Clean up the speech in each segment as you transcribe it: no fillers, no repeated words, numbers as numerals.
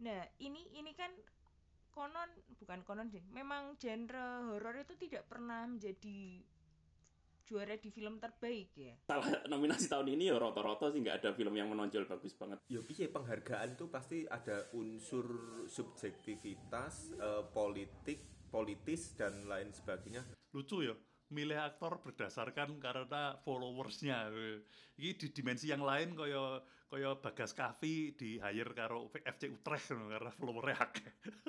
Nah, ini kan bukan konon sih. Memang genre horor itu tidak pernah menjadi juara di film terbaik ya. Salah nominasi tahun ini ya rata-rata sih nggak ada film yang menonjol bagus banget. Ya piye, penghargaan tuh pasti ada unsur subjektivitas, politis dan lain sebagainya. Lucu ya, milih aktor berdasarkan karena followersnya. Ini di dimensi yang lain kaya Bagas Kaffi di hire karo FC Utrecht karena followernya akeh.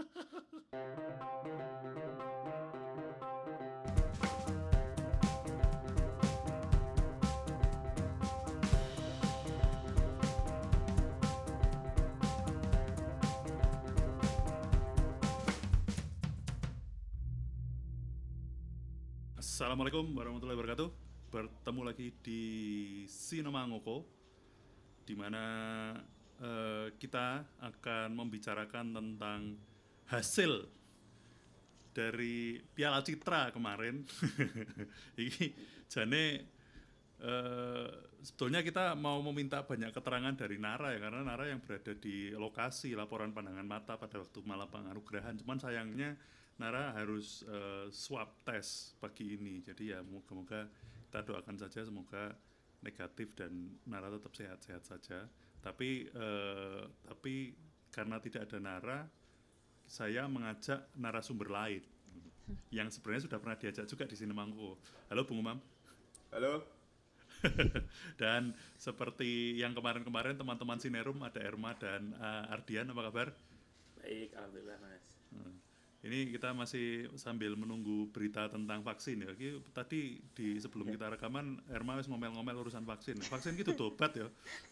Assalamualaikum warahmatullahi wabarakatuh. Bertemu lagi di Cinema Ngoko, di mana kita akan membicarakan tentang hasil dari Piala Citra kemarin. Ini jane sebetulnya kita mau meminta banyak keterangan dari Nara ya, karena Nara yang berada di lokasi laporan pandangan mata pada waktu malam penganugerahan. Cuman sayangnya Nara harus swab test pagi ini. Jadi ya moga-moga kita doakan saja semoga negatif dan Nara tetap sehat-sehat saja. Tapi karena tidak ada Nara, saya mengajak narasumber lain yang sebenarnya sudah pernah diajak juga di sini Mangko. Halo Bung Umam. Halo. Dan seperti yang kemarin-kemarin teman-teman Sinerum ada Erma dan Ardian, apa kabar? Baik, alhamdulillah Mas. Ini kita masih sambil menunggu berita tentang vaksin ya. Tadi sebelum kita rekaman Erma wis ngomel-ngomel urusan vaksin. Vaksin gitu tobat ya.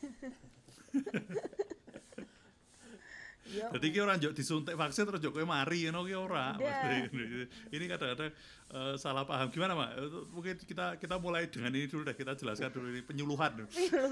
Jadi ki ora njuk disuntik vaksin terus njuk kowe mari ngono ki ora. Ini kadang-kadang salah paham. Gimana, Mak? Mungkin kita mulai dengan ini dulu deh. Kita jelaskan dulu ini penyuluhan.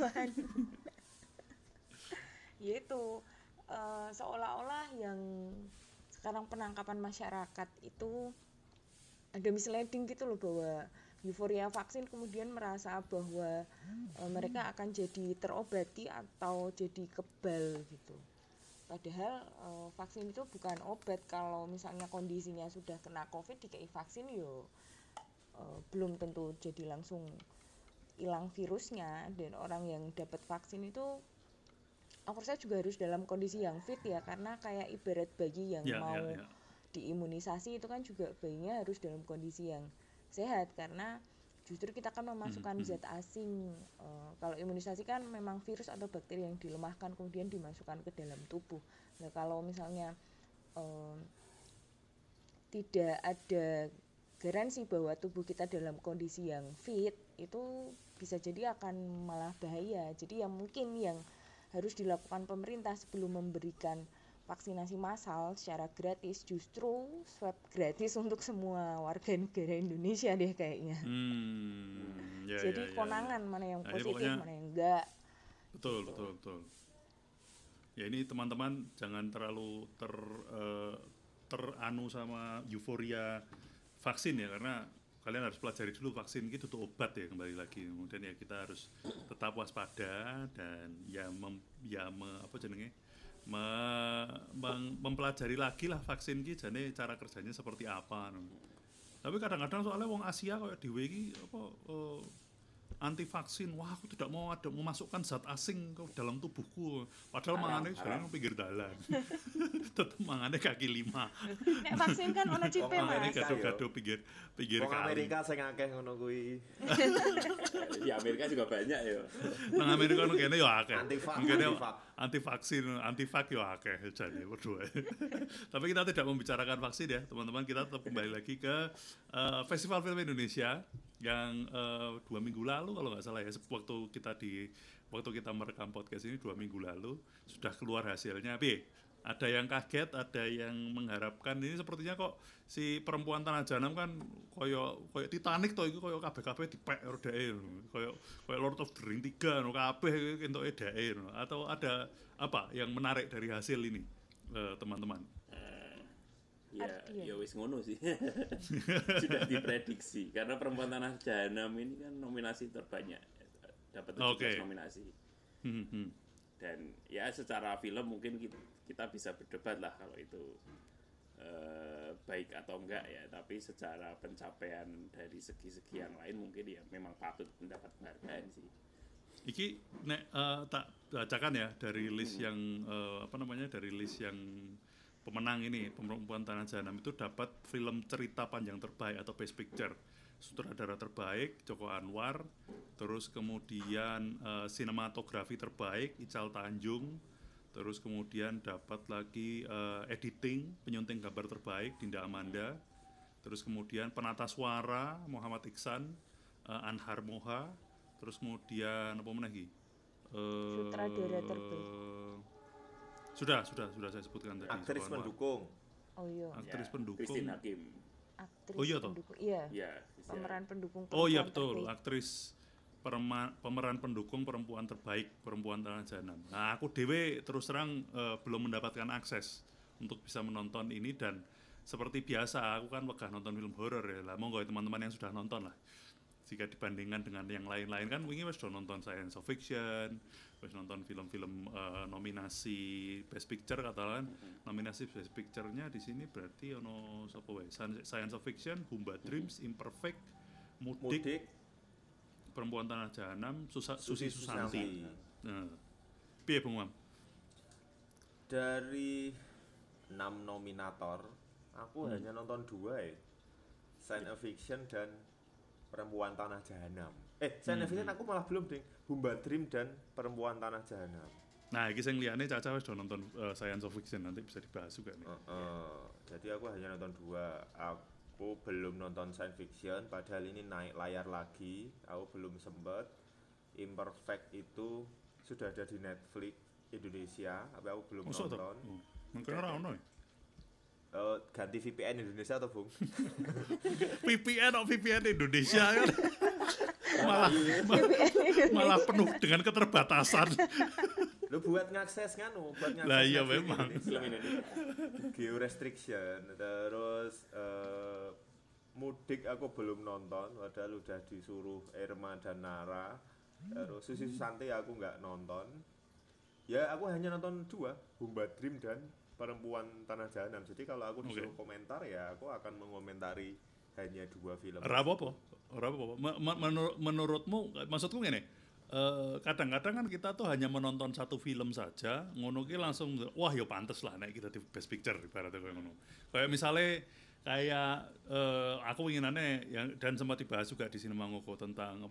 Yaitu seolah-olah yang sekarang penangkapan masyarakat itu ada misleading gitu loh, bahwa euforia vaksin kemudian merasa bahwa mereka akan jadi terobati atau jadi kebal gitu. Padahal vaksin itu bukan obat. Kalau misalnya kondisinya sudah kena COVID dikasih vaksin belum tentu jadi langsung hilang virusnya. Dan orang yang dapat vaksin itu aku rasa juga harus dalam kondisi yang fit ya, karena kayak ibarat bayi yang mau diimunisasi itu kan juga bayinya harus dalam kondisi yang sehat, karena justru kita akan memasukkan zat asing. Kalau imunisasi kan memang virus atau bakteri yang dilemahkan kemudian dimasukkan ke dalam tubuh. Nah kalau misalnya tidak ada garansi bahwa tubuh kita dalam kondisi yang fit, itu bisa jadi akan malah bahaya. Jadi mungkin yang harus dilakukan pemerintah sebelum memberikan vaksinasi massal secara gratis justru swab gratis untuk semua warga negara Indonesia deh kayaknya. Jadi konangan mana yang positif, pokoknya, mana yang enggak. Betul. Ya ini teman-teman jangan terlalu teranu sama euforia vaksin ya, karena kalian harus pelajari dulu vaksin itu tuh obat ya, kembali lagi. Kemudian ya kita harus tetap waspada dan mempelajari lagi lah vaksin ki jane cara kerjanya seperti apa. Tapi kadang-kadang soalnya wong Asia kayak dhewe iki anti vaksin, wah aku tidak mau memasukkan zat asing ke dalam tubuhku, padahal mangane sering pinggir dalan. Tetep mangane kaki lima. Nek vaksin kan ono cipe Mas. Mangane gado-gado pinggir kali. Amerika sing akeh ngono kuwi. Ya Amerika juga banyak ya. Nang Amerika ono kene ya akeh. Anti vaksin, anti vak ya akeh jane berdua. Tapi kita tidak membicarakan vaksin ya, teman-teman. Kita tetap kembali lagi ke Festival Film Indonesia yang 2 minggu lalu kalau nggak salah ya, waktu kita merekam podcast ini 2 minggu lalu sudah keluar hasilnya. Ada yang kaget, ada yang mengharapkan. Ini sepertinya kok si Perempuan Tanah Jahanam kan koyo Titanic to iku koyo kabeh dipek rodake koyo Lord of the Ring 3 no kabeh entuke dae no. Atau ada apa yang menarik dari hasil ini teman-teman? Ya wis ngono sih. Sudah diprediksi karena Perempuan Tanah Jahanam ini kan nominasi terbanyak, dapat 17 nominasi. Dan ya secara film mungkin kita bisa berdebat lah kalau itu baik atau enggak ya, tapi secara pencapaian dari segi-segi yang lain mungkin ya memang patut mendapat penghargaan sih. Iki nek tak bacakan ya dari list yang dari list yang pemenang ini Perempuan Tanah Jahanam itu dapat film cerita panjang terbaik atau Best Picture, sutradara terbaik Joko Anwar, terus kemudian sinematografi terbaik Ical Tanjung, terus kemudian dapat lagi editing penyunting gambar terbaik Dinda Amanda, terus kemudian penata suara Muhammad Iksan, Anhar Moha, terus kemudian apa lagi? Sutradara terbaik. Sudah saya sebutkan tadi. Aktris pendukung. Oh iya. Aktris Ya, pendukung. Christine Hakim. Aktris Oh iya toh? pendukung. Iya. Ya, Pemeran pendukung Oh iya perempuan betul, terbaik. aktris pemeran pendukung perempuan terbaik Perempuan Tanah Jahanam. Nah, aku dewe terus terang belum mendapatkan akses untuk bisa menonton ini, dan seperti biasa aku kan wegah nonton film horor ya. Lah monggo teman-teman yang sudah nonton lah. Jika dibandingkan dengan yang lain-lain kan wingi wis do nonton science fiction, wis nonton film-film nominasi Best Picture katakan. Nominasi Best Picture-nya di sini berarti ono sapa wae? Science fiction, Humba Dreams, Imperfect, Mudik, Perempuan Tanah Jahanam, Susi Susanti. Nah, piye Bung Mam? Dari 6 nominator, aku hanya nonton 2 ya. Science Fiction dan Perempuan Tanah Jahanam. Science Fiction aku malah belum ding. Humba Dream dan Perempuan Tanah Jahanam. Nah, iki sing liyane Caca wis do nonton Science Fiction, nanti bisa dibahas juga nih. Jadi aku hanya nonton 2. Aku belum nonton Science Fiction, padahal ini naik layar lagi. Aku belum sempet. Imperfect itu sudah ada di Netflix Indonesia, tapi aku belum nonton. Mungkin ora ono ya. Ganti VPN Indonesia atau Bung? VPN Indonesia kan malah penuh dengan keterbatasan. Lu buat ngakses buat ngakses. Lah iya memang. Geo restriction. Terus Mudik aku belum nonton, padahal udah disuruh Irma dan Nara. Terus Susi Susanti aku nggak nonton. Ya aku hanya nonton 2, Humba Dream dan Perempuan Tanah Jahanam. Jadi kalau aku disuruh komentar ya aku akan mengomentari hanya 2 film. Ora apa-apa. Menurutmu, maksudku ngene, kadang-kadang kan kita tuh hanya menonton satu film saja, ngono ki langsung wah ya pantes lah nek kita di Best Picture ibaratnya kayak ngono. Kayak misalnya aku inginannya yang dan sempat dibahas juga di Sinema Ngoko tentang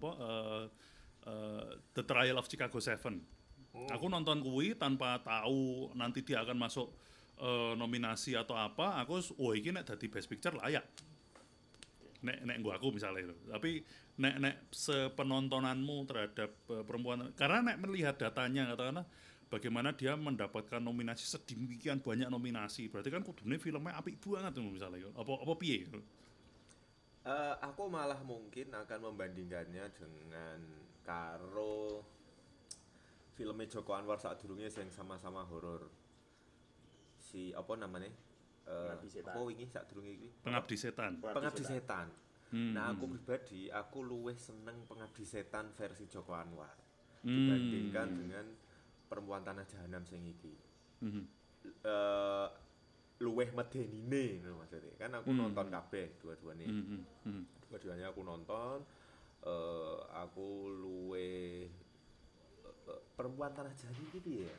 The Trial of Chicago 7. Aku nonton kuwi tanpa tahu nanti dia akan masuk nominasi atau apa. Aku iki nek dadi Best Picture layak. Nek aku misalnya itu. Tapi nek sepenontonanmu terhadap perempuan, karena nek melihat datanya katakanlah bagaimana dia mendapatkan nominasi sedemikian banyak nominasi, berarti kan kudune filmnya apik banget misalnya. Apa piye? Aku malah mungkin akan membandingkannya dengan karo filmnya Joko Anwar saat durungnya yang sama-sama horor. Si apa namanya? Apa wingi saat durungnya iki? Pengabdi Setan. Pengabdi Setan. Nah, aku pribadi aku luwih seneng Pengabdi Setan versi Joko Anwar dibandingkan dengan Perempuan Tanah Jahanam sing iki. Luwih medenine ngono maksudnya. Kan aku nonton kabeh dua-duane. Dua-duanya aku nonton. Aku luwih Perempuan Tanah Jahanam iki piye ya?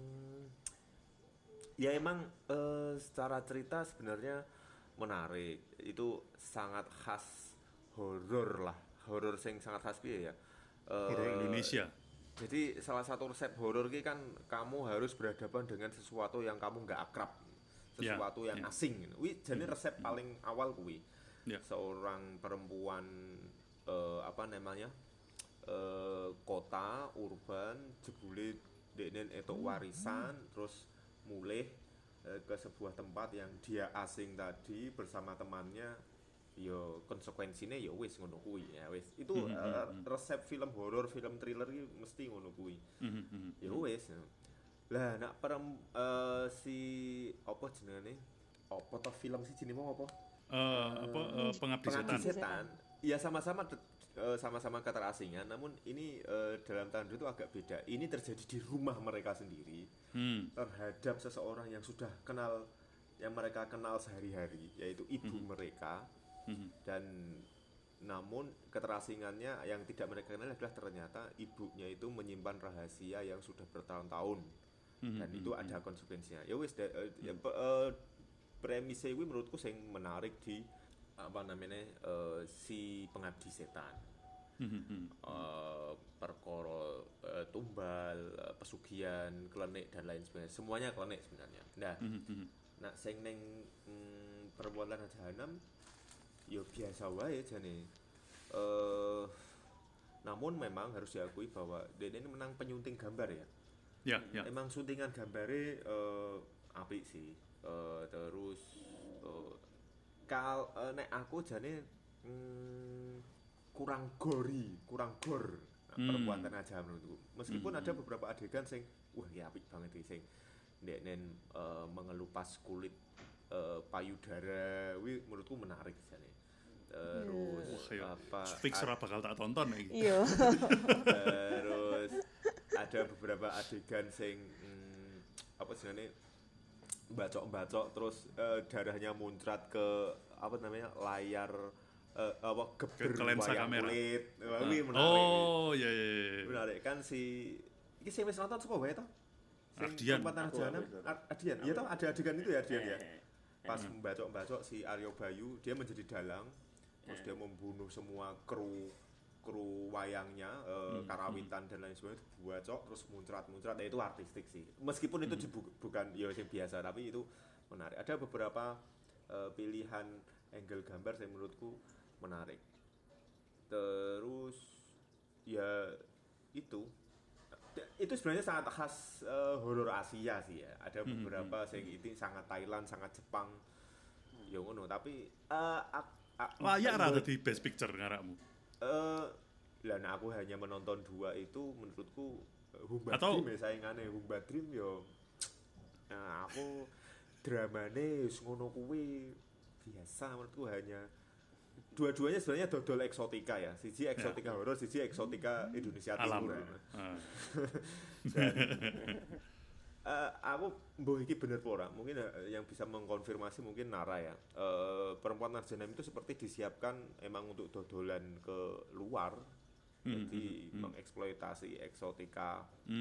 Ya emang secara cerita sebenarnya menarik. Itu sangat khas horor lah. Horor sing sangat khas piye ya? Horor Indonesia. Jadi salah satu resep horor ki kan kamu harus berhadapan dengan sesuatu yang kamu nggak akrab. Sesuatu yang asing. Kuwi jane resep paling awal kuwi. Seorang perempuan kota urban jebule dekne entuk warisan terus mulih ke sebuah tempat yang dia asing tadi bersama temannya. Yo konsekuensinya ya wis ngono kuwi ya wis. Itu resep film horor, film thriller iki mesti ngono kuwi. Ya wis. Lah nak si apa jenenge? Apa to film si jenenge apa? Pengabdi Setan. Ya sama-sama sama-sama keterasingan, namun ini dalam tanda itu agak beda. Ini terjadi di rumah mereka sendiri terhadap seseorang yang sudah kenal, yang mereka kenal sehari-hari, yaitu ibu mereka. Dan namun keterasingannya yang tidak mereka kenal adalah ternyata ibunya itu menyimpan rahasia yang sudah bertahun-tahun, dan itu ada konsekuensinya. Ya wis, premise kuwi menurutku sing menarik di apa namanya si pengabdi setan. Perkara tumbal, pesugihan, klenik dan lain sebagainya. Semuanya klenik sebenarnya. Nah, sing ning perempuan tanah jahanam ya biasa wae jane. Namun memang harus diakui bahwa Dene ini menang penyunting gambar ya. Ya. Emang suntingan gambare apik sih. Terus nek aku jane kurang gor perempuan tanah jahanam itu. Meskipun ada beberapa adegan sing wah ya apik banget iki sing nen mengelupas kulit payudara, wi menurutku menarik jane. Terus apa? Fix ora bakal tak tonton iki. Iya. Terus ada beberapa adegan sing apa jenenge bacok-bacok terus darahnya muncrat ke apa namanya layar apa geber lensa wayang kamera. kulit. Wih, menarik. Oh, iya. Menarik kan si iki sing wis nonton sapa wae to? Ardian. Perempuan tanah jahanam. Ardian. Iya toh ada adegan itu ya Ardian ya. Pas membacok-bacok si Aryo Bayu, dia menjadi dalang. Terus dia membunuh semua kru wayangnya, karawitan dan lain sebagainya, dibacok terus muncrat-muncrat. Itu artistik sih. Meskipun itu bukan ya yang biasa, tapi itu menarik. Ada beberapa pilihan angle gambar yang menurutku menarik. Terus ya itu sebenarnya sangat khas horor Asia sih ya. Ada beberapa sing itu sangat Thailand, sangat Jepang. Ya ngono, tapi layak ra dadi best picture ngarakmu. Lah aku hanya menonton 2 itu menurutku Humba Atau Dream ya saingane. Humba Dream yo aku dramane wis ngono kuwi biasa menurutku. Hanya dua-duanya sebenarnya dodol eksotika ya. Siji eksotika horor, siji eksotika Indonesia Timur. Dan aku mbuh iki bener apa ora? Mungkin yang bisa mengkonfirmasi mungkin Nara ya. Perempuan Narjanam itu seperti disiapkan emang untuk dodolan ke luar. Jadi mengeksploitasi eksotika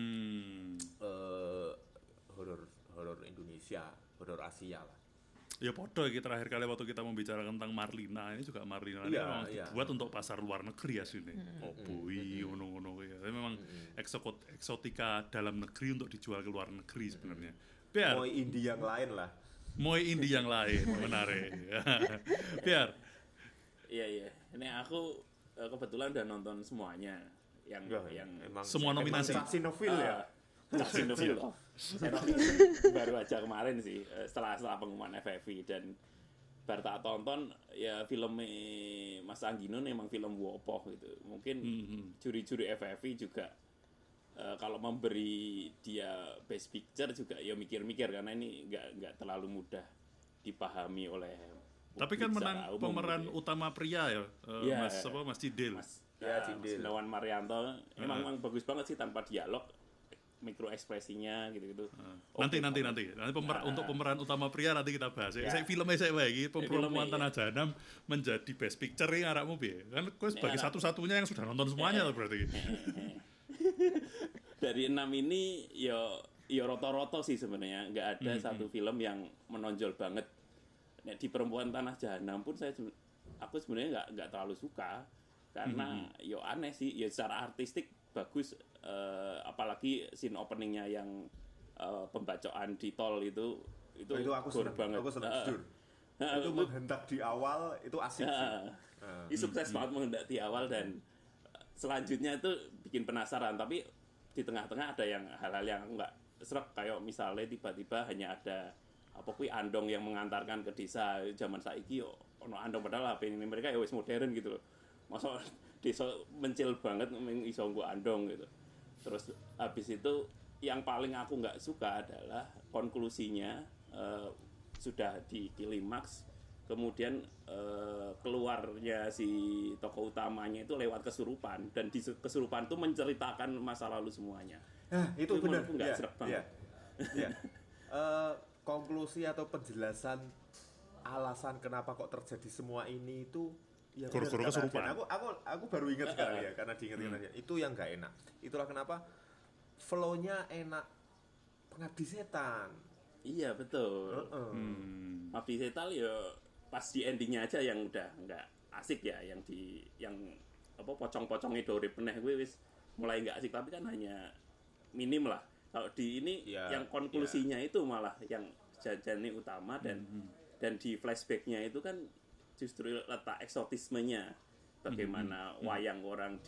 horor Indonesia, horor Asia lah. Ya podo iki terakhir kali waktu kita membicarakan tentang Marlina, ini juga Marlina ini memang dibuat untuk pasar luar negeri asline. Bui ngono-ngono ya. Tapi memang eksotika dalam negeri untuk dijual ke luar negeri sebenarnya. Biar Mau indie yang lain lah. Menarik. Biar. Iya. Ini aku kebetulan udah nonton semuanya yang semua nominasi. Sinofil ya. Sinofil. Baru aja kemarin sih setelah pengumuman FFI, dan baru tak tonton ya filmnya Mas Anggino memang film wopoh gitu. Mungkin juri-juri FFI juga kalau memberi dia best picture juga ya mikir-mikir, karena ini nggak terlalu mudah dipahami oleh tapi kan menang pemeran gitu. Utama pria ya, Mas Cidil. Cidil. Lawan Marianto emang bagus banget sih tanpa dialog, mikro ekspresinya gitu-gitu. Nanti untuk pemeran utama pria nanti kita bahas. Saya filmnya saya lagi Perempuan Tanah Jahanam menjadi best picture ini ngarakmu piye? Kan kowe sebagai satu-satunya yang sudah nonton semuanya berarti. Dari 6 ini ya roto-roto sih sebenarnya, nggak ada satu film yang menonjol banget. Nah, di Perempuan Tanah Jahanam pun aku sebenarnya nggak terlalu suka, karena yo aneh sih, ya secara artistik bagus, apalagi scene openingnya yang pembacokan di tol itu aku senang banget. Aku senang jujur. Itu menghentak di awal itu asik sih. Sukses banget menghentak di awal, dan selanjutnya itu bikin penasaran, tapi di tengah-tengah ada yang hal-hal yang aku nggak srek, kayak misalnya tiba-tiba hanya ada apa kuwi andong yang mengantarkan ke desa zaman saiki yo ono andong, padahal HP ini mereka ya wis modern gitu loh. Masa desa mencil banget iso nggo andong gitu. Terus habis itu yang paling aku nggak suka adalah konklusinya sudah di klimaks kemudian keluarnya si tokoh utamanya itu lewat kesurupan, dan di kesurupan itu menceritakan masa lalu semuanya. Nah, itu benar. Nggak serak banget. Ya. Konklusi atau penjelasan alasan kenapa kok terjadi semua ini itu ya Guru-guru kesurupan. Aku baru ingat sekarang ya, karena diingat-ingat aja. Itu yang nggak enak. Itulah kenapa flow-nya enak Pengabdi Setan. Iya betul. Pengabdi Setan ya pas di endingnya aja yang udah nggak asik ya, yang pocong-pocongnya Dorip meneh gue wis mulai nggak asik, tapi kan hanya minim lah. Kalau di ini yang konklusinya itu malah yang jadi utama, dan di flashbacknya itu kan justru letak eksotismenya, bagaimana wayang orang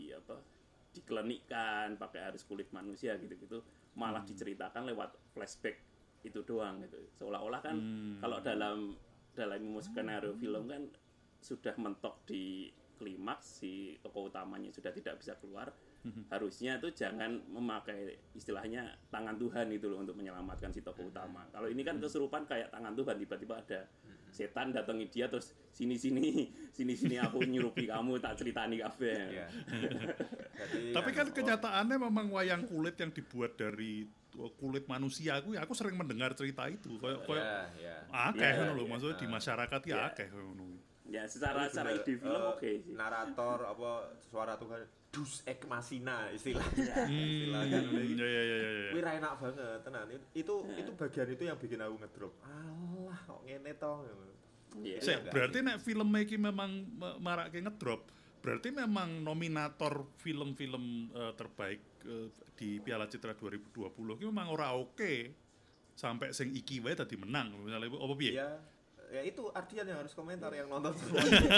diklinikkan pakai harus kulit manusia gitu-gitu, malah diceritakan lewat flashback itu doang gitu. Seolah-olah kan kalau dalam skenario film kan sudah mentok di klimaks, si tokoh utamanya sudah tidak bisa keluar. Harusnya itu jangan memakai istilahnya tangan Tuhan itu loh untuk menyelamatkan si tokoh utama. Kalau ini kan kesurupan kayak tangan Tuhan, tiba-tiba ada setan datangi dia terus sini aku nyurupi kamu, tak ceritani kabeh. Tapi kan kenyataannya memang wayang kulit yang dibuat dari kulit manusia. Aku sering mendengar cerita itu kayak akeh ngono lho, maksudnya di masyarakat ya akeh ngono. Ya secara ide film oke sih. Narator apa suara Tuhan dus ex machina istilahnya. Istilahnya Ya. Wih enak banget tenan. Itu bagian itu yang bikin aku ngedrop. Alah kok ngene toh. Berarti nek film iki memang marake ngedrop, berarti memang nominator film-film terbaik di Piala Citra 2020 iki memang ora oke. Sampai sing iki wae dadi menang misalnya apa piye? Ya itu Ardian yang harus komentar yang nonton semua.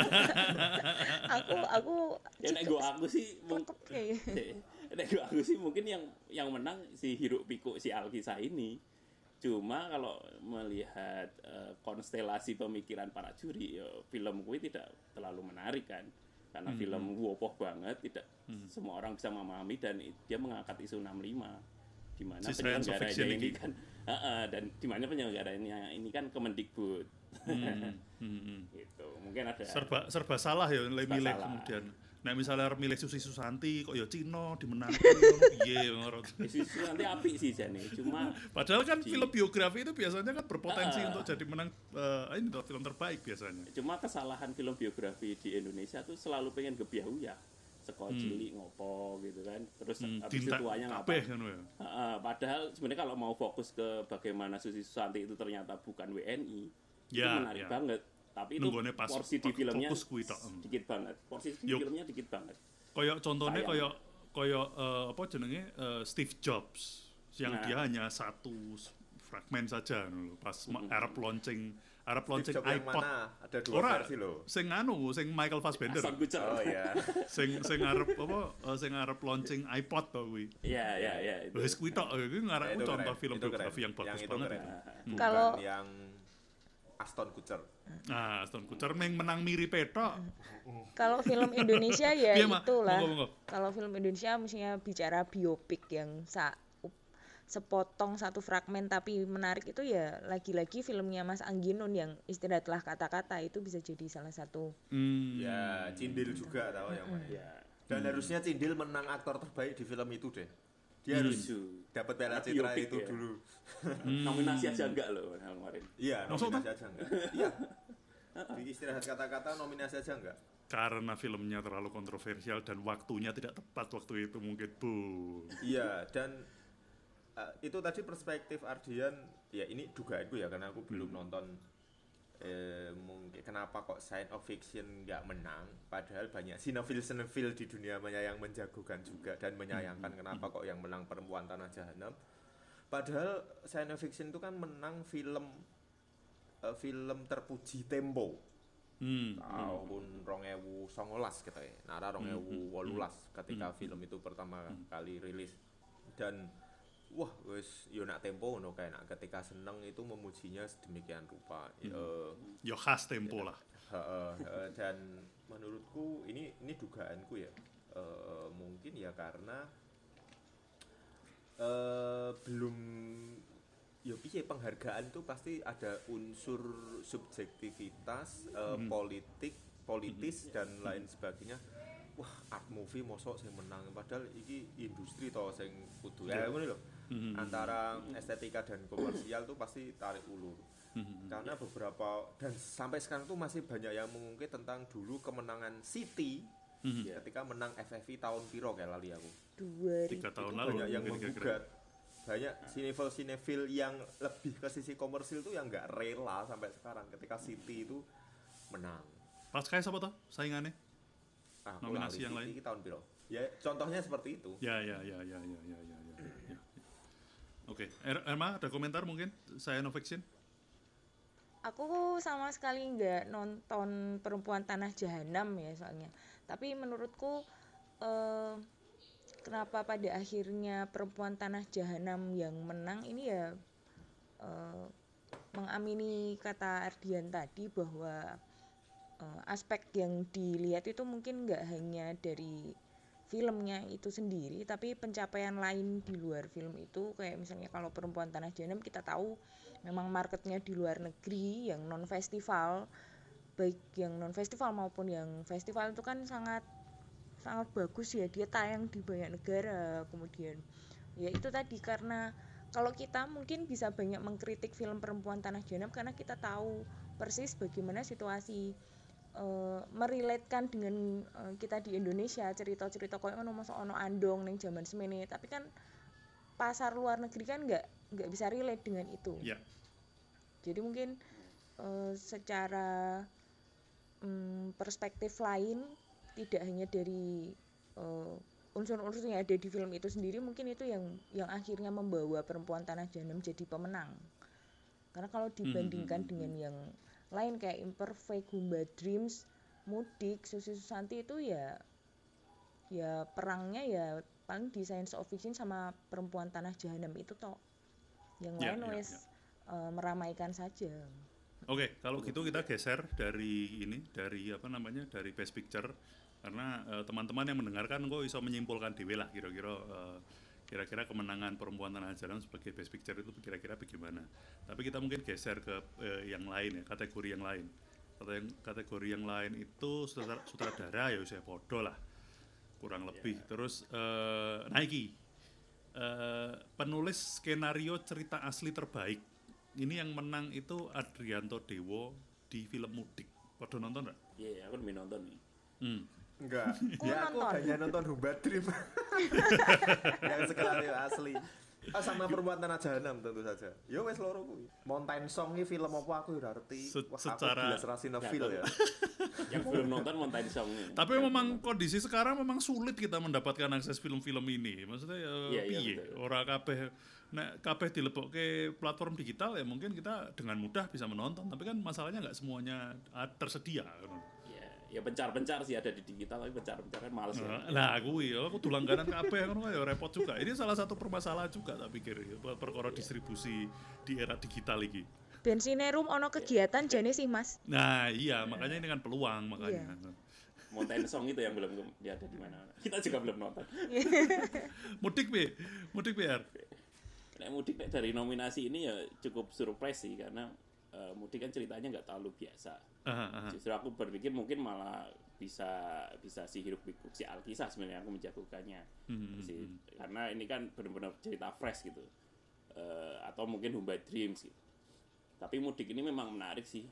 aku nek aku sih mungkin yang menang si Hiruk Pikuk si Alkisah ini. Cuma kalau melihat konstelasi pemikiran para juri, film gue tidak terlalu menarik kan, karena film wopoh banget, tidak semua orang bisa memahami, dan dia mengangkat isu 65 di mana penyelenggaranya ini kan dan di mana penyelenggaranya ini kan Kemendikbud. Gitu. Mungkin ada serba salah ya milih kemudian. Nah misalnya milih Susi Susanti kok ya Cino dimenangkan piye ngono. Susi Susanti apik sih jane, cuma padahal kan film biografi itu biasanya kan berpotensi untuk jadi menang ini tuh film terbaik biasanya. Cuma kesalahan film biografi di Indonesia tuh selalu pengen gebyah-uyah. Sekolah cilik ngopo gitu kan, terus habis itu tuanya ngapain kan ya. Padahal sebenarnya kalau mau fokus ke bagaimana Susi Susanti itu ternyata bukan WNI, itu menarik banget. Tapi itu porsi di filmnya dikit banget. Porsi di filmnya dikit banget. Kayak contohnya kayak apa jenenge Steve Jobs yang dia hanya satu fragmen saja pas Arab launching iPod. Ada dua versi loh. Sing Michael Fassbender. Oh iya. sing Arab launching iPod to kuwi. Iya. Wis kuwi tok iki ngarakku contoh film biografi yang bagus banget. Kalau yang Aston Kutcher. Aston Kutcher menang mirip petok. Kalau film Indonesia ya itulah. Kalau film Indonesia mestinya bicara biopik yang sepotong satu fragmen tapi menarik itu ya lagi-lagi filmnya Mas Angginun yang Istirahatlah Kata-kata itu bisa jadi salah satu. Ya, Cindil juga tahu yang main. Dan harusnya Cindil menang aktor terbaik di film itu deh. Dia harus dapat Piala Citra itu ya. Dulu. Nominasi aja enggak loh kemarin. Iya, nominasi aja enggak. Iya. Di Istirahat Kata-kata nominasi aja enggak. Karena filmnya terlalu kontroversial dan waktunya tidak tepat waktu itu mungkin, Bu. Iya, dan itu tadi perspektif Ardian, ya ini dugaanku ya karena aku belum nonton mungkin kenapa kok science of fiction nggak menang, padahal banyak sinofil di dunia maya yang menjagokan juga dan menyayangkan kenapa kok yang menang Perempuan Tanah Jahanam, padahal science fiction itu kan menang film terpuji Tempo tahun 2019 gitu ya, nara 2018 ketika film itu pertama kali rilis, dan wah wes yo nak Tempo ngono kae nak ketika seneng itu memujinya sedemikian rupa. Yo khas Tempo lah. Dan menurutku ini dugaanku ya. Mungkin ya karena belum ya piye penghargaan itu pasti ada unsur subjektivitas, politis dan lain sebagainya. Wah, art movie mosok sing menang padahal iki industri to sing kudu. Ya ngono lho. Antara estetika dan komersial tuh pasti tarik ulur. Karena beberapa dan sampai sekarang tuh masih banyak yang mengungkit tentang dulu kemenangan City ketika menang FFI tahun piro kayak lali aku. 3 tahun lalu. Banyak yang menggugat. Banyak sinefil yang lebih ke sisi komersil tuh yang nggak rela sampai sekarang ketika City itu menang. Pas kayak siapa toh saingannya? Nominasi yang City lain. Tahun piro? Ya contohnya seperti itu. Ya. Oke, Erma ada komentar mungkin? Saya no fiction. Aku sama sekali nggak nonton Perempuan Tanah Jahanam ya soalnya. Tapi menurutku kenapa pada akhirnya Perempuan Tanah Jahanam yang menang ini ya mengamini kata Ardian tadi bahwa aspek yang dilihat itu mungkin nggak hanya dari filmnya itu sendiri, tapi pencapaian lain di luar film itu. Kayak misalnya kalau Perempuan Tanah Jahanam kita tahu memang marketnya di luar negeri yang non festival, baik yang non festival maupun yang festival itu kan sangat bagus ya, dia tayang di banyak negara. Kemudian ya itu tadi, karena kalau kita mungkin bisa banyak mengkritik film Perempuan Tanah Jahanam karena kita tahu persis bagaimana situasi merelatekan dengan kita di Indonesia, cerita-cerita koyo ngono mosok ono andong ning jaman semene, tapi kan pasar luar negeri kan nggak bisa relate dengan itu. Ya. Jadi mungkin secara perspektif lain, tidak hanya dari unsur-unsur yang ada di film itu sendiri, mungkin itu yang akhirnya membawa Perempuan Tanah Jahanam jadi pemenang. Karena kalau dibandingkan dengan yang lain kayak Imperfect, Goomba Dreams, Mudik, Susi Susanti itu ya perangnya ya paling di science of fiction sama Perempuan Tanah Jahanam itu toh. Yang lain wes meramaikan saja. Oke, kalau gitu kita geser dari Best Picture, karena teman-teman yang mendengarkan kok iso menyimpulkan dhewe lah kira-kira kemenangan Perempuan Tanah Jahanam sebagai Best Picture itu kira-kira bagaimana. Tapi kita mungkin geser ke yang lain ya, kategori yang lain. Kategori yang lain itu sutradara ya saya podo lah kurang lebih. Terus Nike penulis skenario cerita asli terbaik. Ini yang menang itu Adrianto Dewo di film Mudik. Podo nonton nggak? Iya, aku udah nonton nih. Enggak. Ya aku hanya nonton Goomba Dream. Yang skenario asli. Sama Perempuan Tanah Jahanam tentu saja. Ya wes loro kuwi. Mountain Song iki film apa aku udah ngerti. Secara aku jelas cinephile ya. Yang belum nonton Mountain Song ini. Tapi memang kondisi sekarang memang sulit kita mendapatkan akses film-film ini. Maksudnya piye? Ora kabeh dilebokke platform digital ya mungkin kita dengan mudah bisa menonton, tapi kan masalahnya nggak semuanya tersedia. Ya pencar-pencar sih ada di digital, tapi pencar-pencar kan males ya. Nah, aku langganan kabeh ngono ya repot juga. Ini salah satu permasalahan juga tak pikir ya, perkara distribusi di era digital iki. Bensinerum ono kegiatan jane sih, Mas. Nah, iya, makanya ini kan peluang makanya. Mountain Song itu yang belum dia ada di mana. Kita juga belum nonton. Mudik PR. Mudik dari nominasi ini ya cukup surprise sih, karena Mudik kan ceritanya nggak terlalu biasa. Justru aku berpikir mungkin malah bisa si hiruk pikuk si Alkisah sebenarnya aku menjagokannya. Karena ini kan benar-benar cerita fresh gitu. Atau mungkin Goomba Dreams gitu. Tapi Mudik ini memang menarik sih.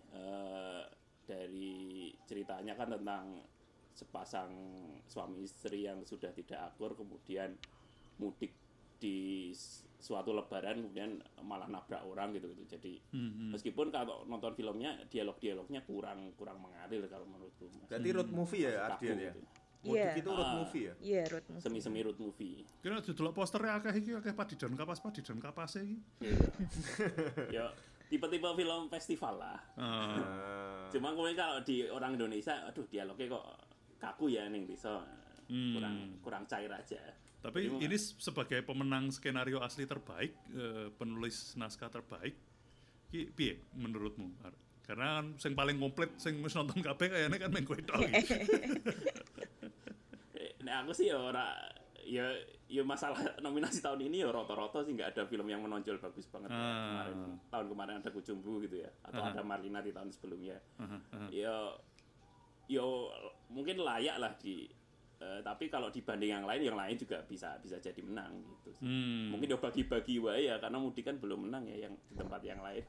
Dari ceritanya kan tentang sepasang suami istri yang sudah tidak akur, kemudian mudik di suatu lebaran kemudian malah nabrak orang gitu. Jadi meskipun kalau nonton filmnya dialognya kurang mengalir kalau menurutku. Berarti road movie ya Ardian ya. Mudik itu road movie ya. Iya, road movie. Semi road movie. Kira delok posternya akeh padidan kapas e iki. Ya tipe-tipe film festival lah. Cuma kemudian kalau di orang Indonesia aduh dialognya kok kaku ya ning bisa. Kurang cair aja. Tapi ini sebagai pemenang skenario asli terbaik, penulis naskah terbaik, piye menurutmu? Karena kan yang paling komplit, yang wis nonton kabeh kayaknya kan meng kowe tok. Nah aku sih ya ya masalah nominasi tahun ini ya rata-rata sih nggak ada film yang menonjol bagus banget ya. Tahun kemarin ada Kucumbu gitu ya, atau ada Marlina di tahun sebelumnya. Ya mungkin layak lah tapi kalau dibanding yang lain juga bisa jadi menang gitu. Mungkin udah bagi-bagi wae ya, karena Mudik kan belum menang ya yang di tempat yang lain.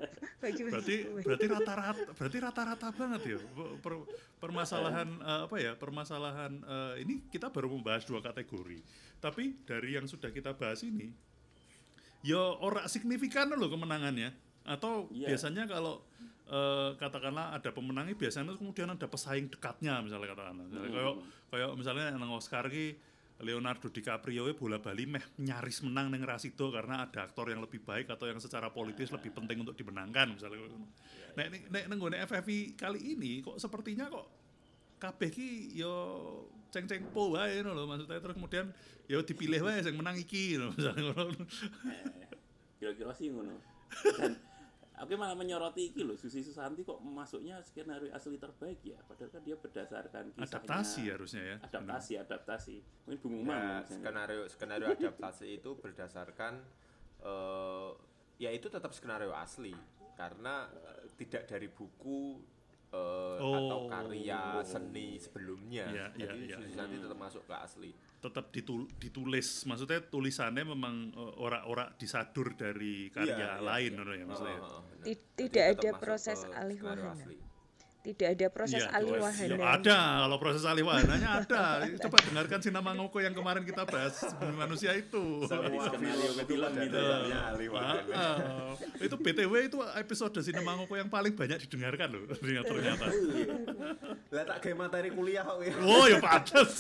berarti rata-rata banget ya permasalahan permasalahan ini kita baru membahas 2 kategori. Tapi dari yang sudah kita bahas ini ya ora signifikan loh kemenangannya. Atau biasanya kalau katakanlah ada pemenangnya, biasanya kemudian ada pesaing dekatnya misalnya katakanlah. Kayak misalnya nang Oscar ki Leonardo DiCaprio bola-bali nyaris menang nang Rasido karena ada aktor yang lebih baik atau yang secara politis lebih penting untuk dimenangkan misalnya. Nek nggone FFI kali ini kok sepertinya kok kabeh ki yo ceng-ceng po wae lho, maksudnya terus kemudian yo dipilih wae sing menang iki lho misalnya ngono. Kira-kira sih ngono. Dan aku malah menyoroti iki loh, Susi Susanti kok masuknya skenario asli terbaik ya, padahal kan dia berdasarkan kisahnya. Adaptasi harusnya ya. Adaptasi. Mungkin Bung Umam. Skenario adaptasi itu berdasarkan ya itu tetap skenario asli karena tidak dari buku atau karya seni sebelumnya. Jadi Susi Susanti tetap masuk ke asli. Tetap ditulis, maksudnya tulisannya memang ora disadur dari karya lain ya maksudnya. Tidak ada proses alih wahana. Tidak ada proses alih wahana. Ya ada, kalau proses alih wahananya ada. Coba dengarkan Sinama Ngoko yang kemarin kita bahas manusia itu. Semua skenario ke film gitu. Alih wahana. Itu BTW itu episode Sinama Ngoko yang paling banyak didengarkan loh ternyata. Lah tak gawe materi kuliah kok. Oh ya pantes.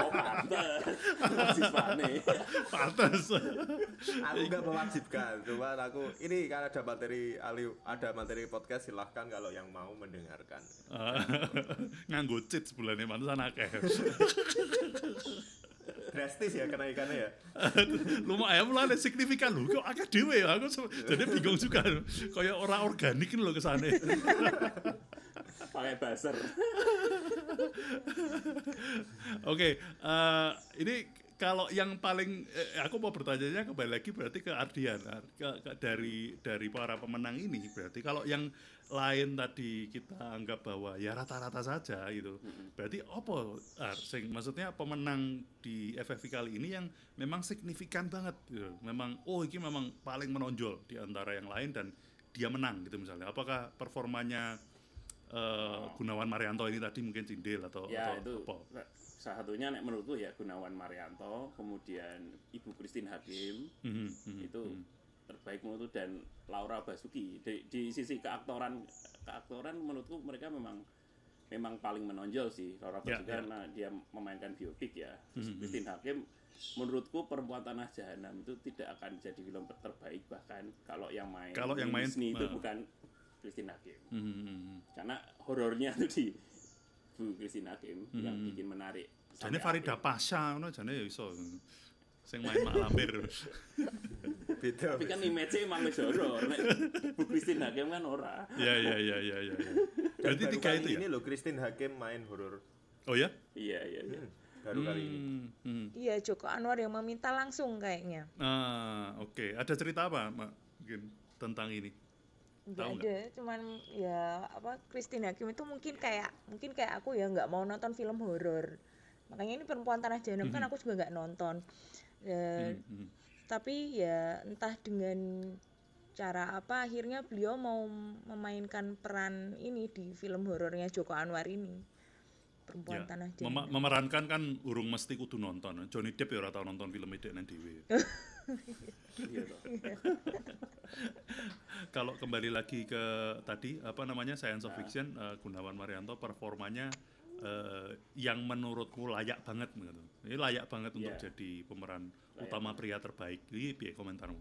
Pantes. Aku enggak mewajibkan, cuma aku ini kan ada materi podcast, silahkan kalau yang mau mendengarkan. Nganggo cheat sebulannya mantesan akeh. Drastis ya kenaikannya ya. Lumayan mulane signifikan lho. Kok akeh dhewe ya. Aku jadi bingung juga. Kayak ora organik lho kesane. Pakai buzzer. Oke, ini kalau yang paling aku mau bertanya kembali lagi berarti ke Ardian, dari para pemenang ini, berarti kalau yang lain tadi kita anggap bahwa ya rata-rata saja gitu. Berarti apa maksudnya pemenang di FFI kali ini yang memang signifikan banget gitu. Memang ini memang paling menonjol di antara yang lain dan dia menang gitu misalnya. Apakah performanya Gunawan Marianto ini tadi mungkin Cindil atau itu apa? Salah satunya menurutku ya Gunawan Marianto, kemudian Ibu Christine Hakim itu terbaik menurutku, dan Laura Basuki di sisi keaktoran menurutku mereka memang paling menonjol sih. Laura Basuki karena dia memainkan biopik ya. Christine Hakim menurutku Perempuan Tanah Jahanam itu tidak akan jadi film terbaik, bahkan kalau yang main Disney itu bukan Christine Hakim. Karena horornya itu di Bu Christine Hakim yang bikin menarik. Jane Farida Pasha ngono jane ya iso. Sing main Mak Lampir. Beda. Tapi kan image-e emang wis horor. Nek Bu Christine Hakim kan ora. Iya. Berarti tiga itu ya. Ini loh Christine Hakim main horor. Oh ya? Iya. Baru kali ini. Iya, Joko Anwar yang meminta langsung kayaknya. Oke. Ada cerita apa, Mak? Mungkin tentang ini? Enggak ada, cuman ya Christine Hakim itu mungkin kayak aku ya nggak mau nonton film horor. Makanya ini Perempuan Tanah Jahanam kan aku juga nggak nonton. Tapi ya entah dengan cara apa akhirnya beliau mau memainkan peran ini di film horornya Joko Anwar ini. Perempuan Tanah Jahanam. Memerankan kan urung mesti kudu nonton. Johnny Depp ya ora tau nonton film itu nang dhewe. Iya toh. Kalau kembali lagi ke tadi science of fiction, Gunawan Marianto performanya yang menurutku layak banget gitu. Ini layak banget untuk jadi pemeran utama pria terbaik. Ini piye komentarmu?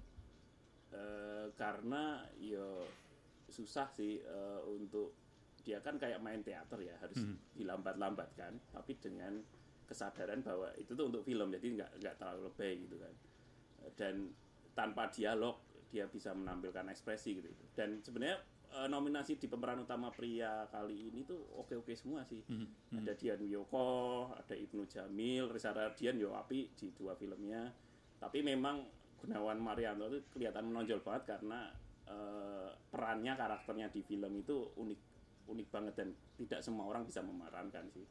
Karena susah sih untuk dia kan kayak main teater ya, harus dilambat-lambatkan, tapi dengan kesadaran bahwa itu tuh untuk film, jadi nggak terlalu lebay gitu kan. Dan tanpa dialog dia bisa menampilkan ekspresi gitu. Dan sebenarnya nominasi di pemeran utama pria kali ini tuh oke-oke semua sih. Ada Dian Wiyoko, ada Ibnu Jamil, Reza Radian yo api di 2 filmnya. Tapi memang Gunawan Marianto itu kelihatan menonjol banget karena perannya, karakternya di film itu unik banget dan tidak semua orang bisa memerankan sih.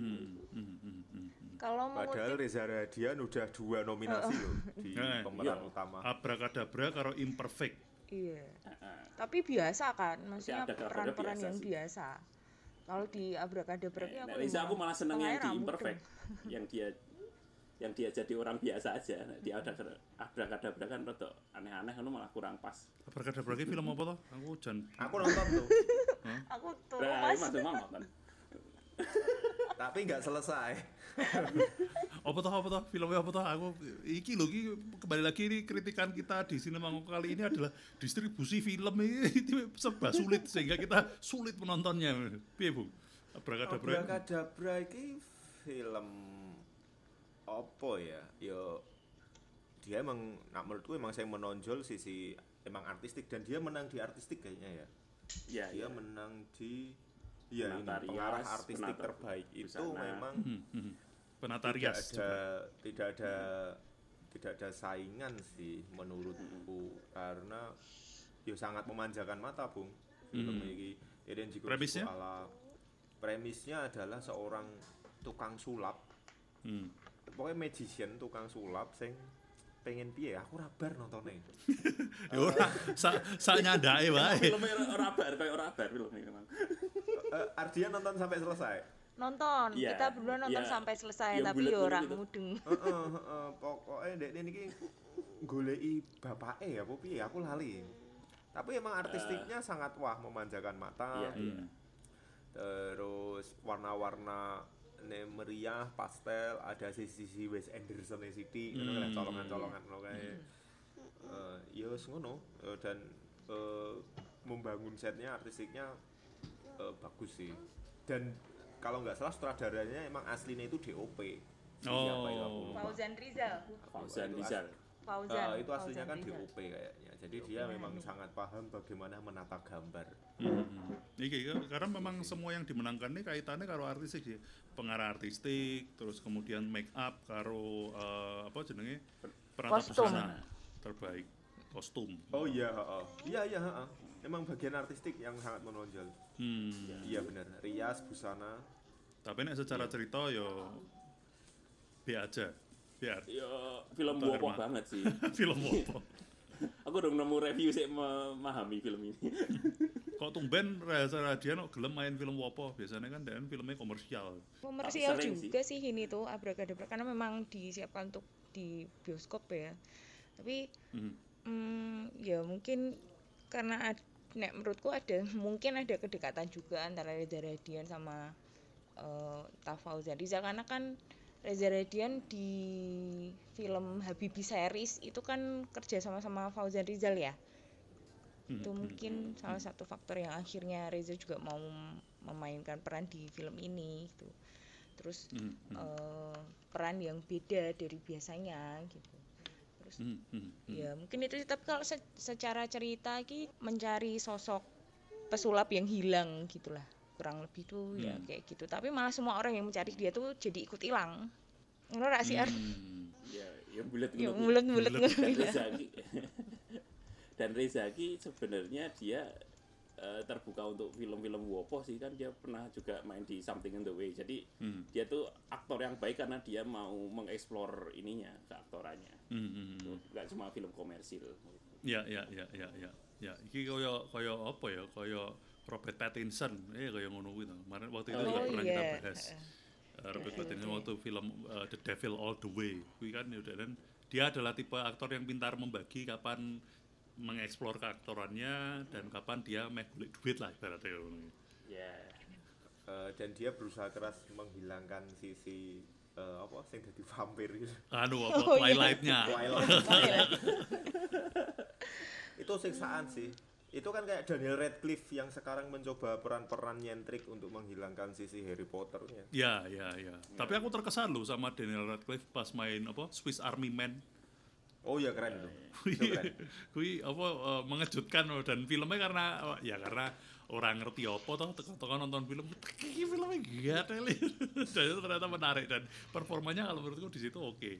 Kalau Padahal Reza Radian udah 2 nominasi loh di pemeran utama. Abrakadabra karo Imperfect. Iya. Tapi biasa kan, maksudnya ada peran-peran biasa yang sih. biasa. Kalau di Abrakadabra ya aku Reza aku malah seneng yang di rambut Imperfect, yang dia jadi orang biasa aja. Dia ada Abrakadabra kan rada aneh-aneh kan malah kurang pas. Abrakadabra ki film apa toh? Aku nonton tuh, Aku tuh Nah, Mas. Mas memang nonton. tapi nggak selesai. Apa toh filmnya apa toh? Aku iki lho iki kembali lagi ini kritikan kita di Sinema kali ini adalah distribusi film ini serba sulit sehingga kita sulit menontonnya. Piye, Bung? Abrakadabra. Abrakadabra iki film apa ya? Yo dia emang, nah menurutku emang saya menonjol sisi emang artistik dan dia menang di artistik kayaknya ya. Ya, Dia ya. menang di ini Penata rias, pengarah artistik penata terbaik itu busana. memang Penata tidak rias juga. tidak ada saingan sih menurutku karena ya sangat memanjakan mata, Bung. Film ini Eden juga Premisnya? premisnya adalah seorang tukang sulap. Pokoknya magician tukang sulap sing pengen piye aku rabar nontonnya. Ya ora sak nyandake wae. Filmnya ora bar kayak ora bar filmnya memang. Ardian nonton sampai selesai. Nonton, Iya, kita berdua nonton iya. sampai selesai Yang tapi yo bulet-bulet ora gitu. mudeng. Pokoknya dek ini goleki bapake ya apa piye aku lali. Tapi emang artistiknya sangat wah memanjakan mata. Iya, iya. Terus warna-warna meriah, pastel, ada sisi Wes Anderson City, ngono kan colongan-colongan ngono kae. Ya wis ngono dan membangun setnya artistiknya bagus sih. Dan kalau nggak salah sutradaranya emang aslinya itu DOP. Siapa ya aku lupa. Fauzan Rizal. Fauzan Rizal. Fauzan. Itu aslinya kan Fauzan Rizal. DOP kayaknya. Jadi dia memang sangat paham bagaimana menata gambar. Iki karena memang semua yang dimenangkan ini kaitannya karo artistik ya. Pengarah artistik, terus kemudian make up karo apa jenenge? Penata Kostum. busana terbaik. Kostum. Oh iya, Iya, memang bagian artistik yang sangat menonjol. Iya benar. Rias, busana. Tapi nek secara cerita yo B aja. Biar Yo film Untuk wopo Herman. banget sih. film apa? Aku udah nemu review sih memahami film ini. Kok tumben Reza Radian kok gelem main film apa? Biasanya kan dan filmnya komersial. Komersial Sering juga sih ini tuh Abrakadabra karena memang disiapkan untuk di bioskop ya. Tapi ya mungkin karena nek menurutku mungkin ada kedekatan juga antara Reza Radian sama Fauzan Rizal karena kan Reza Radian di film Habibie series itu kan kerja sama Fauzan Rizal ya. Itu mungkin salah satu faktor yang akhirnya Reza juga mau memainkan peran di film ini gitu. Terus peran yang beda dari biasanya gitu. Terus ya mungkin itu sih, tapi kalau secara cerita ki mencari sosok pesulap yang hilang gitulah. Kurang lebih tuh ya kayak gitu. Tapi malah semua orang yang mencari dia tuh jadi ikut hilang. Ngono ra sih Ar? Ya bulat Ya gitu. bulet-bulet ngono Dan ya. Rezaki Rezaki sebenarnya dia terbuka untuk film-film wopo sih kan dia pernah juga main di Something in the Way. Jadi dia tuh aktor yang baik karena dia mau mengeksplor ininya keaktorannya. Nggak cuma film komersil. Ya. Iki kaya apa ya? Kaya Robert Pattinson, kaya ngono kuwi to. Kemarin waktu itu juga pernah kita bahas. Robert Pattinson waktu film The Devil All the Way. Kuwi kan udah dan dia adalah tipe aktor yang pintar membagi kapan mengeksplor keaktorannya dan kapan dia meh golek duit lah ibaratnya ngono. Ya. Dan dia berusaha keras menghilangkan sisi apa sing dadi vampir gitu. Anu apa Twilight-nya. Itu siksaan sih. Itu kan kayak Daniel Radcliffe yang sekarang mencoba peran-peran nyentrik untuk menghilangkan sisi Harry Potter-nya. Ya. Tapi aku terkesan loh sama Daniel Radcliffe pas main apa Swiss Army Man. Oh ya keren itu. Itu keren. Kui apa mengejutkan dan filmnya karena orang ngerti apa toh teko nonton film iki filmnya gak teli. Dan itu ternyata menarik dan performanya kalau menurutku di situ oke.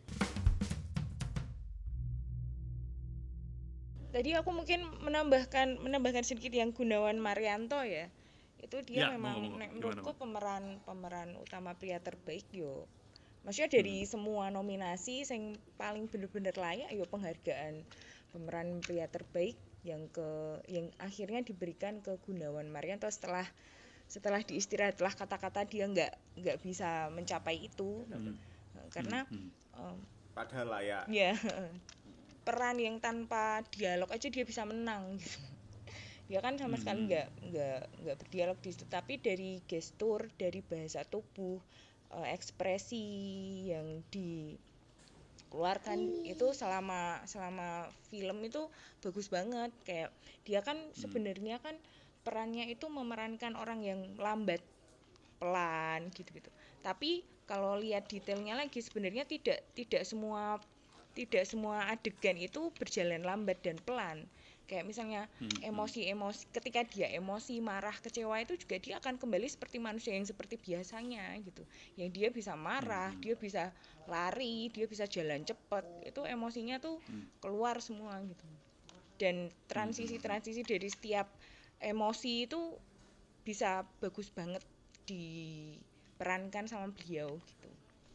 Tadi aku mungkin menambahkan sedikit yang Gunawan Marianto ya. Itu dia Ya, memang monggo. menurutku Gimana, pemeran utama pria terbaik yo. Maksudnya dari semua nominasi yang paling bener-bener layak yo penghargaan pemeran pria terbaik yang akhirnya diberikan ke Gunawan Marianto setelah diistirahat, setelah kata-kata dia nggak bisa mencapai itu karena Padahal layak. ya peran yang tanpa dialog aja dia bisa menang gitu. Dia kan sama sekali nggak berdialog di situ, tapi dari gestur, dari bahasa tubuh, ekspresi yang dikeluarkan itu selama film itu bagus banget. Kayak dia kan sebenarnya kan perannya itu memerankan orang yang lambat, pelan gitu-gitu. Tapi kalau lihat detailnya lagi sebenarnya tidak semua adegan itu berjalan lambat dan pelan. Kayak misalnya emosi-emosi, ketika dia emosi, marah, kecewa itu juga dia akan kembali seperti manusia yang seperti biasanya gitu. Yang dia bisa marah, dia bisa lari, dia bisa jalan cepat. Itu emosinya tuh keluar semua gitu. Dan transisi dari setiap emosi itu bisa bagus banget diperankan sama beliau gitu.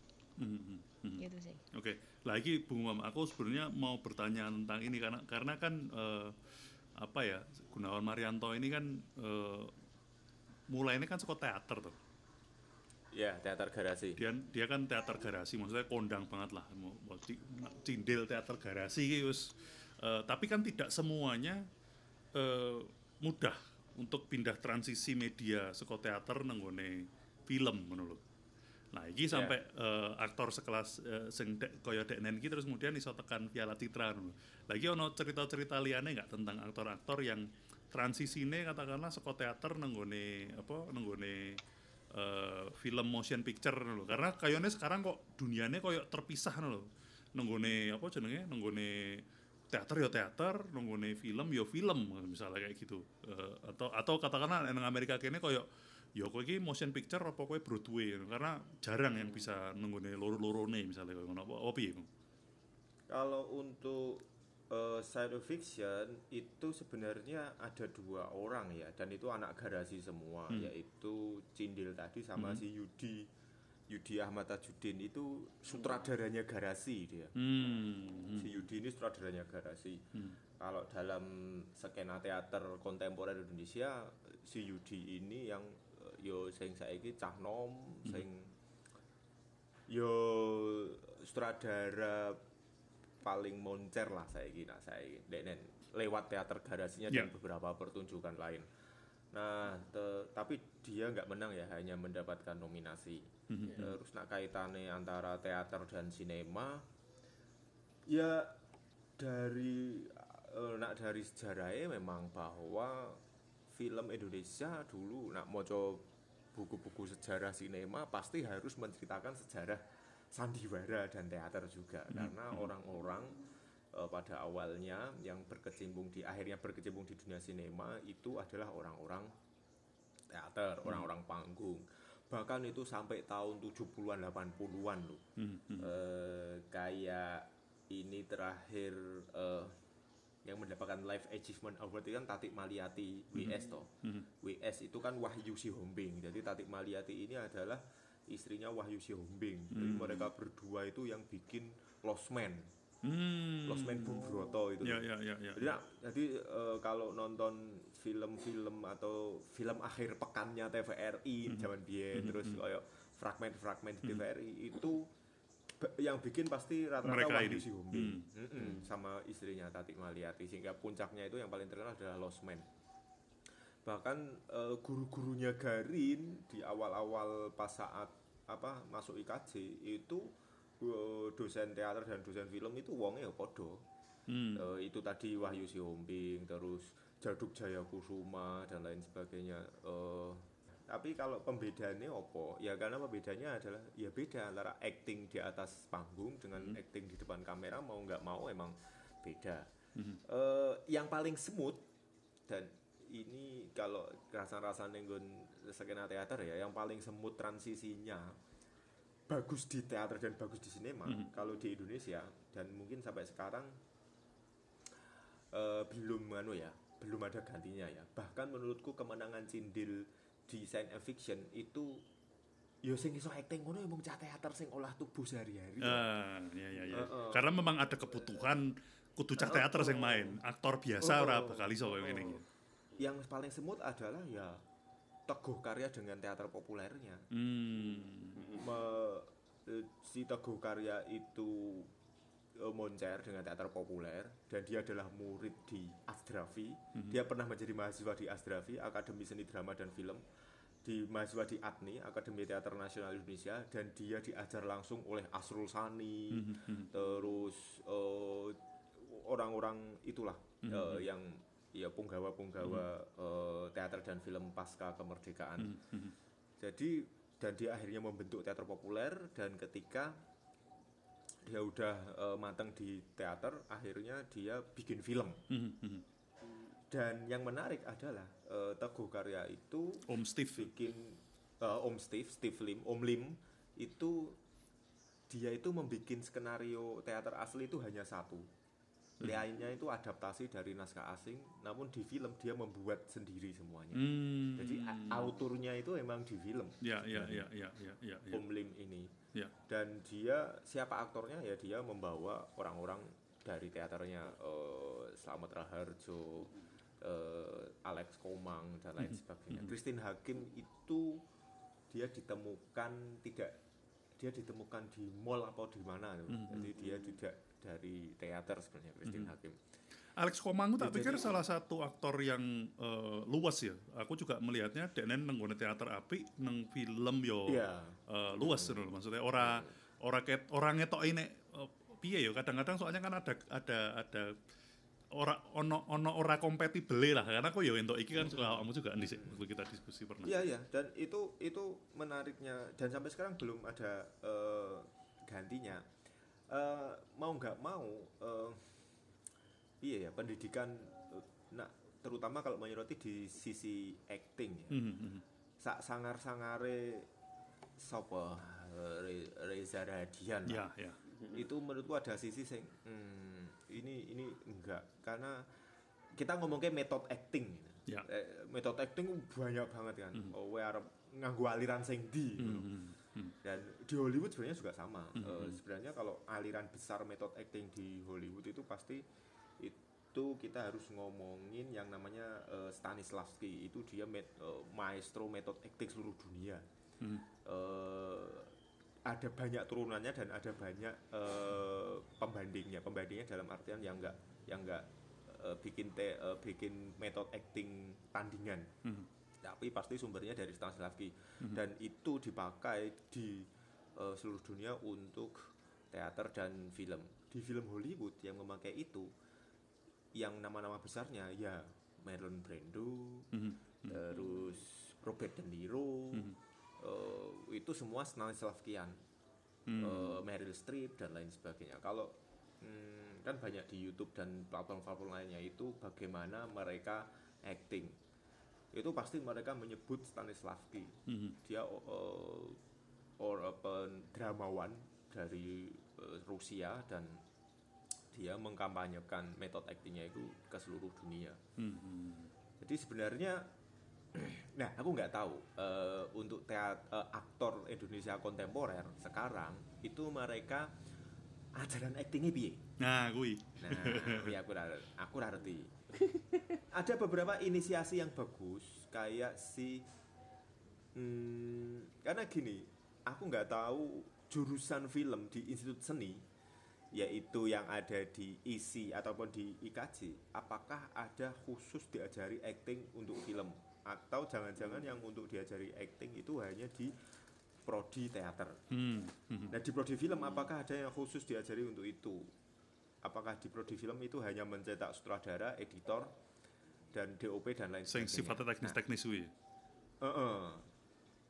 Gitu sih. Oke, lagi Bung Mam, aku sebenarnya mau bertanya tentang ini karena kan apa ya, Gunawan Marianto ini kan mulainya kan sekolah teater tuh. Ya, teater garasi. Dia kan teater garasi, maksudnya kondang banget lah, mau cindil teater garasi gitu. Tapi kan tidak semuanya mudah untuk pindah transisi media sekolah teater nenggone film menurut. Nah, ini sampai aktor sekelas sing kaya Deknen iki terus kemudian iso tekan Piala Citra ngono. Lagi ono cerita-cerita liyane enggak tentang aktor-aktor yang transisine katakanlah saka teater nenggone film motion picture ngono lho. Karena kayane sekarang kok duniane koyo terpisah ngono lho. Nenggone apa jenenge? Nenggone teater ya teater, nenggone film ya film misalnya kayak gitu. Atau katakanlah nang Amerika kene koyo ya kowe iki motion picture apa kowe Broadway karena jarang yang bisa nenggone loro-lorone misalnya koyo ngono apa piye? Kalau untuk science fiction itu sebenarnya ada 2 orang ya, dan itu anak garasi semua, yaitu Cindil tadi sama si Yudi Ahmad Tajuddin. Itu sutradaranya garasi dia. Si Yudi ini sutradaranya garasi. Kalau dalam skena teater kontemporer Indonesia, si Yudi ini yang yo sing saiki cah nom, sing yo sutradara paling moncer lah saiki Deknen lewat teater garasinya dan beberapa pertunjukan lain. Nah, tapi dia nggak menang ya, hanya mendapatkan nominasi. Terus nak kaitannya antara teater dan sinema, ya dari sejarahnya memang bahwa film Indonesia dulu nak moco buku-buku sejarah sinema pasti harus menceritakan sejarah sandiwara dan teater juga, karena orang-orang pada awalnya yang akhirnya berkecimpung di dunia sinema itu adalah orang-orang teater, orang-orang panggung. Bahkan itu sampai tahun 70-an 80-an loh. Kayak ini terakhir yang mendapatkan Life Achievement Award itu kan Tatik Maliati WS toh. WS itu kan Wahyu Sihombing. Jadi Tatik Maliati ini adalah istrinya Wahyu Sihombing. Jadi mereka berdua itu yang bikin Lost Man. Lost Man Bung Broto itu. Jadi kalau nonton film-film atau film akhir pekannya TVRI zaman biyen, terus kayak fragmen-fragmen di TVRI itu yang bikin pasti rata-rata Wahyu Sihombing sama istrinya Tatik Maliati, sehingga puncaknya itu yang paling terkenal adalah Lost Man. Bahkan guru-gurunya Garin di awal-awal pas saat masuk IKJ itu dosen teater dan dosen film itu wongnya ya podo. Itu tadi Wahyu Sihombing, terus Djaduk Jayakusuma dan lain sebagainya. Tapi kalau pembedaannya opo? Ya karena pembedanya adalah ya beda antara acting di atas panggung dengan acting di depan kamera, mau nggak mau emang beda. Yang paling smooth, dan ini kalau rasa-rasa nenggon skena teater ya, yang paling semut transisinya bagus di teater dan bagus di sinema kalau di Indonesia, dan mungkin sampai sekarang belum ada gantinya ya. Bahkan menurutku kemenangan Cindil di science fiction itu yo sing iso acting ngono ya mung cah teater sing olah tubuh sehari-hari. Ya. Karena memang ada kebutuhan kudu cah teater sing main, aktor biasa ora bakal iso koyo ngene iki. Yang paling semut adalah ya Teguh Karya dengan teater populernya. Si Teguh Karya itu moncer dengan teater populer, dan dia adalah murid di Asdrafi. Dia pernah menjadi mahasiswa di Asdrafi, Akademi Seni Drama dan Film, di mahasiswa di ATNI, Akademi Teater Nasional Indonesia, dan dia diajar langsung oleh Asrul Sani, terus orang-orang itulah yang ya punggawa-punggawa teater dan film pasca kemerdekaan. Jadi dan dia akhirnya membentuk teater populer, dan ketika dia udah matang di teater, akhirnya dia bikin film. Dan yang menarik adalah Teguh Karya itu Om Steve bikin Steve Lim, Om Lim itu dia itu membikin skenario teater asli itu hanya satu. Lainnya itu adaptasi dari naskah asing, namun di film dia membuat sendiri semuanya. Jadi autornya itu emang di film. Ya. Om Lim ini. Ya. Dan dia siapa aktornya ya, dia membawa orang-orang dari teaternya, Slamet Raharjo, Alex Komang dan lain sebagainya. Christine Hakim itu dia ditemukan di mall atau di mana. Jadi dia tidak dari teater sebenarnya, Christine Hakim. Alex Komang tak pikir salah satu aktor yang luas ya. Aku juga melihatnya denen nenggone teater apik, neng film yo luas lho. Maksudnya orang ngetok ini piye yo. Kadang-kadang soalnya kan ada ora kompatibel lah. Karena aku yo entuk iki kan kamu juga ndisik waktu kita diskusi pernah. Iya, dan itu menariknya, dan sampai sekarang belum ada gantinya. Mau nggak mau pendidikan terutama kalau menyoroti di sisi acting ya. Sangar-sangare sapa Reza Radian ya. Itu menurutku ada sisi sing ini enggak, karena kita ngomongnya metode acting ya. Metode acting banyak banget kan. Kowe arep nganggo aliran sing ndi gitu. Dan di Hollywood sebenarnya juga sama. Sebenarnya kalau aliran besar metode acting di Hollywood itu pasti itu kita harus ngomongin yang namanya Stanislavski. Itu dia maestro metode acting seluruh dunia. Ada banyak turunannya dan ada banyak pembandingnya dalam artian yang enggak bikin metode acting tandingan. Tapi pasti sumbernya dari Stanislavski, dan itu dipakai di seluruh dunia untuk teater dan film. Di film Hollywood yang memakai itu, yang nama-nama besarnya ya Marlon Brando, terus Robert De Niro, itu semua Stanislavskian, Meryl Streep dan lain sebagainya. Kalau kan banyak di YouTube dan platform-platform lainnya itu bagaimana mereka acting. Itu pasti mereka menyebut Stanislavski. Dia dramawan dari Rusia, dan dia mengkampanyekan metode aktingnya itu ke seluruh dunia. Jadi sebenarnya nah aku nggak tahu untuk aktor Indonesia kontemporer sekarang itu mereka ajaran aktingnya piye. Nah, aku ngerti. Ada beberapa inisiasi yang bagus, kayak karena gini, aku nggak tahu jurusan film di Institut Seni, yaitu yang ada di ISI ataupun di IKJ, apakah ada khusus diajari acting untuk film, atau jangan-jangan yang untuk diajari acting itu hanya di prodi teater. Nah, di prodi film apakah ada yang khusus diajari untuk itu? Apakah di prodi film itu hanya mencetak sutradara, editor, dan DOP dan lain sebagainya? Sifatnya teknis-teknis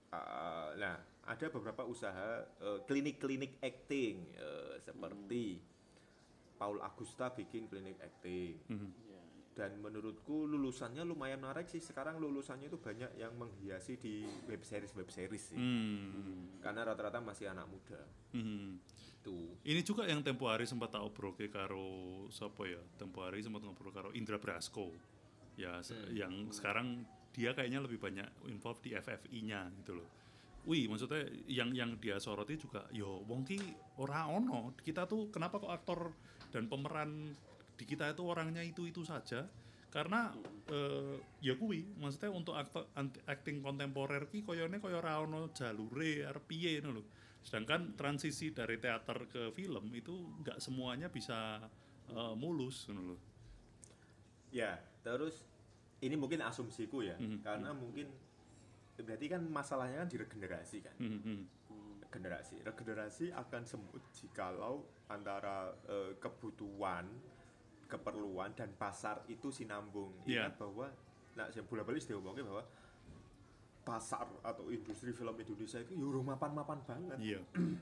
Nah, ada beberapa usaha klinik-klinik acting seperti Paul Augusta bikin klinik acting. Dan menurutku lulusannya lumayan menarik sih. Sekarang lulusannya itu banyak yang menghiasi di web series sih. Karena rata-rata masih anak muda. Itu. Ini juga yang tempo hari sempat tak obroke karo sapa ya? Tempo hari sempat ngobrol karo Indra Brasko. Ya, yang sekarang dia kayaknya lebih banyak involved di FFI-nya gitu loh. Wih, maksudnya yang dia soroti juga, yo wong ki ora ono. Kita tuh kenapa kok aktor dan pemeran di kita itu orangnya itu saja? Karena ya kuwi, maksudnya untuk acting kontemporer ki koyone koyo ora ono jalure arep piye ngono lho. Sedangkan transisi dari teater ke film itu nggak semuanya bisa mulus ngono lho. Ya, terus ini mungkin asumsiku ya, karena mungkin berarti kan masalahnya kan di regenerasi kan. Regenerasi akan semut jikalau antara kebutuhan, keperluan dan pasar itu sinambung. Ingat bahwa bola-balik dia ngomongnya bahwa pasar atau industri film Indonesia itu yo mapan-mapan banget. Iya.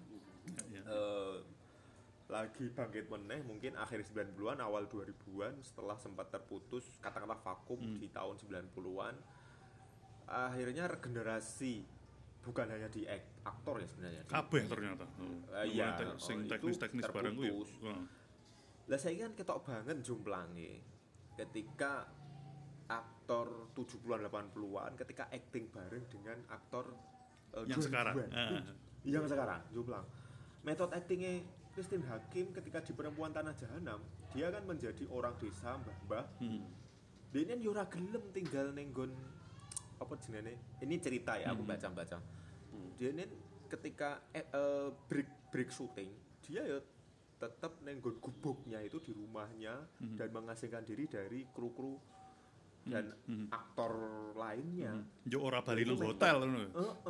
Lagi bangkit meneh mungkin akhir 90-an awal 2000-an setelah sempat terputus katakanlah vakum di tahun 90-an. Akhirnya regenerasi bukan hanya di aktor ya sebenarnya. Kabeh ternyata. Iya, sing teknis-teknis barang kuwi. Lah saya kan ketok banget jumplange ketika aktor 70-an 80-an ketika acting bareng dengan aktor yang sekarang. Yang sekarang jomplang. Metode actingnya Christine Hakim ketika di Perempuan Tanah Jahanam, dia kan menjadi orang desa mbah-mbah. Dia yo ora gelem tinggal ning nggon apa jenenge? Ini cerita ya, aku baca-baca. Dia ini ketika break syuting, dia ya tetap nenggon gubuknya itu di rumahnya dan mengasingkan diri dari kru-kru dan aktor lainnya. Yo ora bali nang hotel ngono.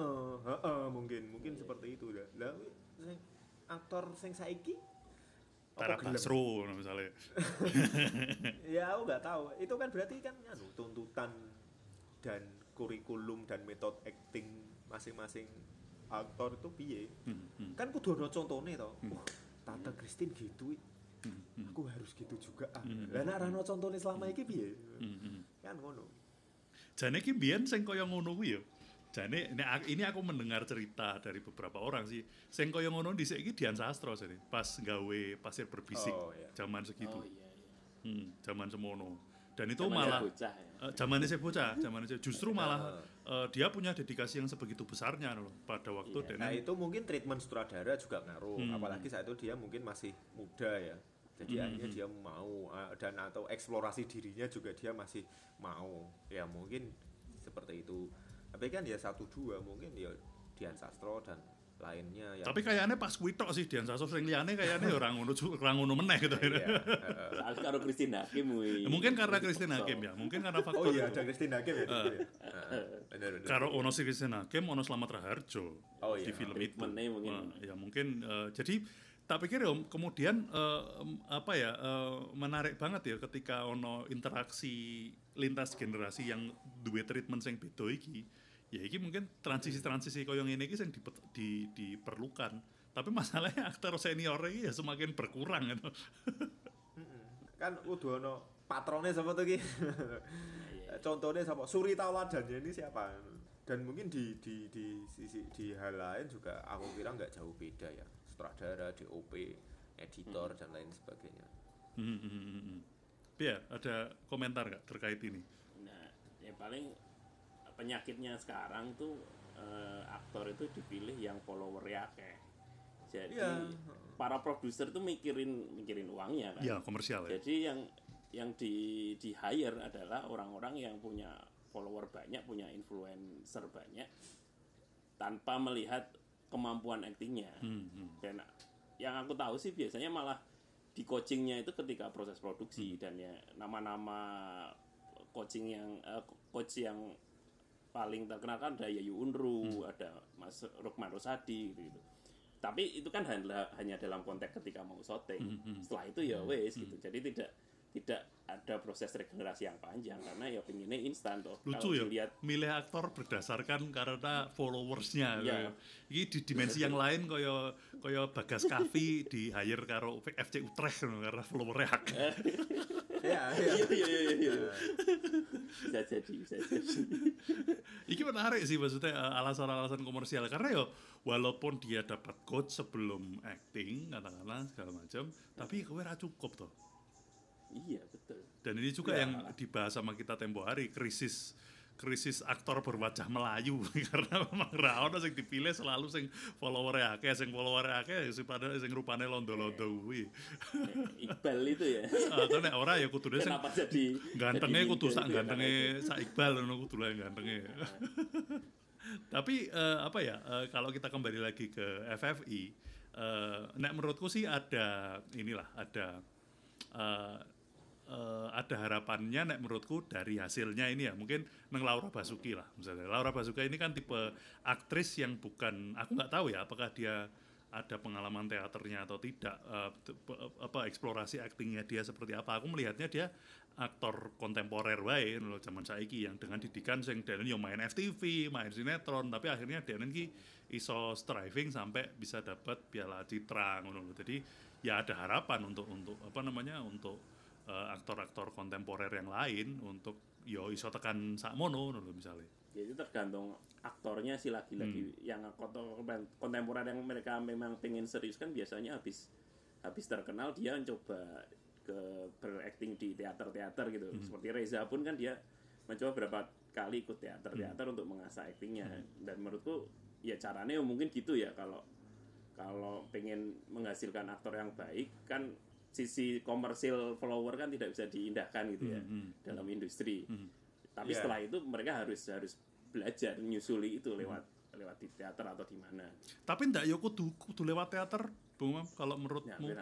Mungkin seperti itu dah. Lah aktor sing saiki Tara Basro misalnya. Ya aku nggak tahu. Itu kan berarti kan tuntutan dan kurikulum dan metode acting masing-masing aktor itu piye? Kan kudu ono contone to. Tante Christine gitu, aku harus gitu juga. Lah nek ora ono contone selama iki piye? Kan ngono. Jane iki mbiyen sing kaya ngono kuwi ya. Jane ini aku mendengar cerita dari beberapa orang sih. Sing kaya ngono dhisik iki Dian Sastro jane, pas gawe Pasir Berbisik zaman segitu. Zaman semono. Dan itu malah zamannya saya bocah, justru malah dia punya dedikasi yang sebegitu besarnya loh pada waktu. Nah itu mungkin treatment sutradara juga ngaruh, apalagi saat itu dia mungkin masih muda ya, jadi akhirnya dia mau dan atau eksplorasi dirinya juga dia masih mau, ya mungkin seperti itu. Tapi kan ya 1-2 mungkin ya Dian Sastro dan lainnya ya. Tapi kayaknya pas kuwi tok sih Dian Sastro sing liyane kayaknya ora ngono meneh gitu. Soal karo Christine Hakim mungkin karena Christine Hakim ya, mungkin karena faktor. Oh iya, ada Christine Hakim ya. Benar. Karo ono si Christine Hakim, ono Slamet Raharjo di film itu. Ya mungkin jadi tak pikir ya kemudian menarik banget ya ketika ono interaksi lintas generasi yang duwe treatment sing beda iki. Ya iki mungkin transisi koyo ngene iki sing diperlukan. Tapi masalahnya aktor senior iki ya semakin berkurang gitu. Kan kudu ono patrone sapa to iki? Contohnya sapa? Suri Tauladannya ini siapa? Dan mungkin di sisi di hal lain juga aku kira nggak jauh beda ya. Sutradara, DOP, editor dan lain sebagainya. Biar ada komentar nggak terkait ini? Nah, ya paling penyakitnya sekarang tuh aktor itu dipilih yang followernya akeh. Jadi para produser tuh mikirin uangnya kan. Iya, komersial ya. Jadi yang di hire adalah orang-orang yang punya follower banyak, punya influencer banyak tanpa melihat kemampuan aktingnya. Dan yang aku tahu sih biasanya malah di coachingnya itu ketika proses produksi dan ya nama-nama coach yang paling terkenal kan ada Yayu Unru, ada Mas Rukman Rosadi gitu. Tapi itu kan hanya dalam konteks ketika mau syuting. Setelah itu ya wes gitu. Jadi tidak ada proses regenerasi yang panjang karena ya pengennya instan toh. Lucu Kalau ya, dilihat milih aktor berdasarkan karena followersnya. Iya. Ini di dimensi yang lain kaya Bagas Kaffi di hire karo FC Utrecht karena followernya akeh. Ya, iya. Bisa jadi. Iki menarik sih maksudnya alasan-alasan komersial karena ya walaupun dia dapat coach sebelum acting katakanlah segala macam, tapi kowe ra cukup toh. Iya, betul. Dan ini juga Ya. yang dibahas sama kita tempo hari, krisis aktor berwajah Melayu karena memang ra ono sing dipilih selalu sing follower-e akeh sing rupane londo-londo kuwi. Iqbal itu ya. Atau nek ora ya kudune sing Kenapa jadi gantenge jadi kudu minder sak itu ya, gantenge sak Iqbal ngono kudu lah gantenge. Tapi kalau kita kembali lagi ke FFI, nek menurutku sih ada harapannya nek menurutku dari hasilnya ini ya mungkin neng Laura Basuki lah misalnya. Laura Basuki ini kan tipe aktris yang bukan, aku nggak tahu ya apakah dia ada pengalaman teaternya atau tidak, eksplorasi aktingnya dia seperti apa. Aku melihatnya dia aktor kontemporer wae lho zaman saiki yang dengan didikan sing dene yo main FTV, main sinetron, tapi akhirnya dene iki iso striving sampai bisa dapat Piala Citra ngono lho. Jadi ya ada harapan untuk aktor-aktor kontemporer yang lain untuk yo iso tekan sakmono ngono lho misalnya. Ya itu tergantung aktornya sih lagi-lagi yang aktor kontemporer yang mereka memang pengen serius kan biasanya habis terkenal dia mencoba ke berakting di teater gitu. Seperti Reza pun kan dia mencoba berapa kali ikut teater untuk mengasah aktingnya. Dan menurutku ya caranya mungkin gitu ya kalau pengen menghasilkan aktor yang baik kan sisi komersil follower kan tidak bisa diindahkan gitu ya dalam industri. Tapi setelah itu mereka harus belajar nyusuli itu lewat di teater atau di mana. Tapi ndak yo kudu lewat teater, Bung Mam, kalau menurutmu. Ya,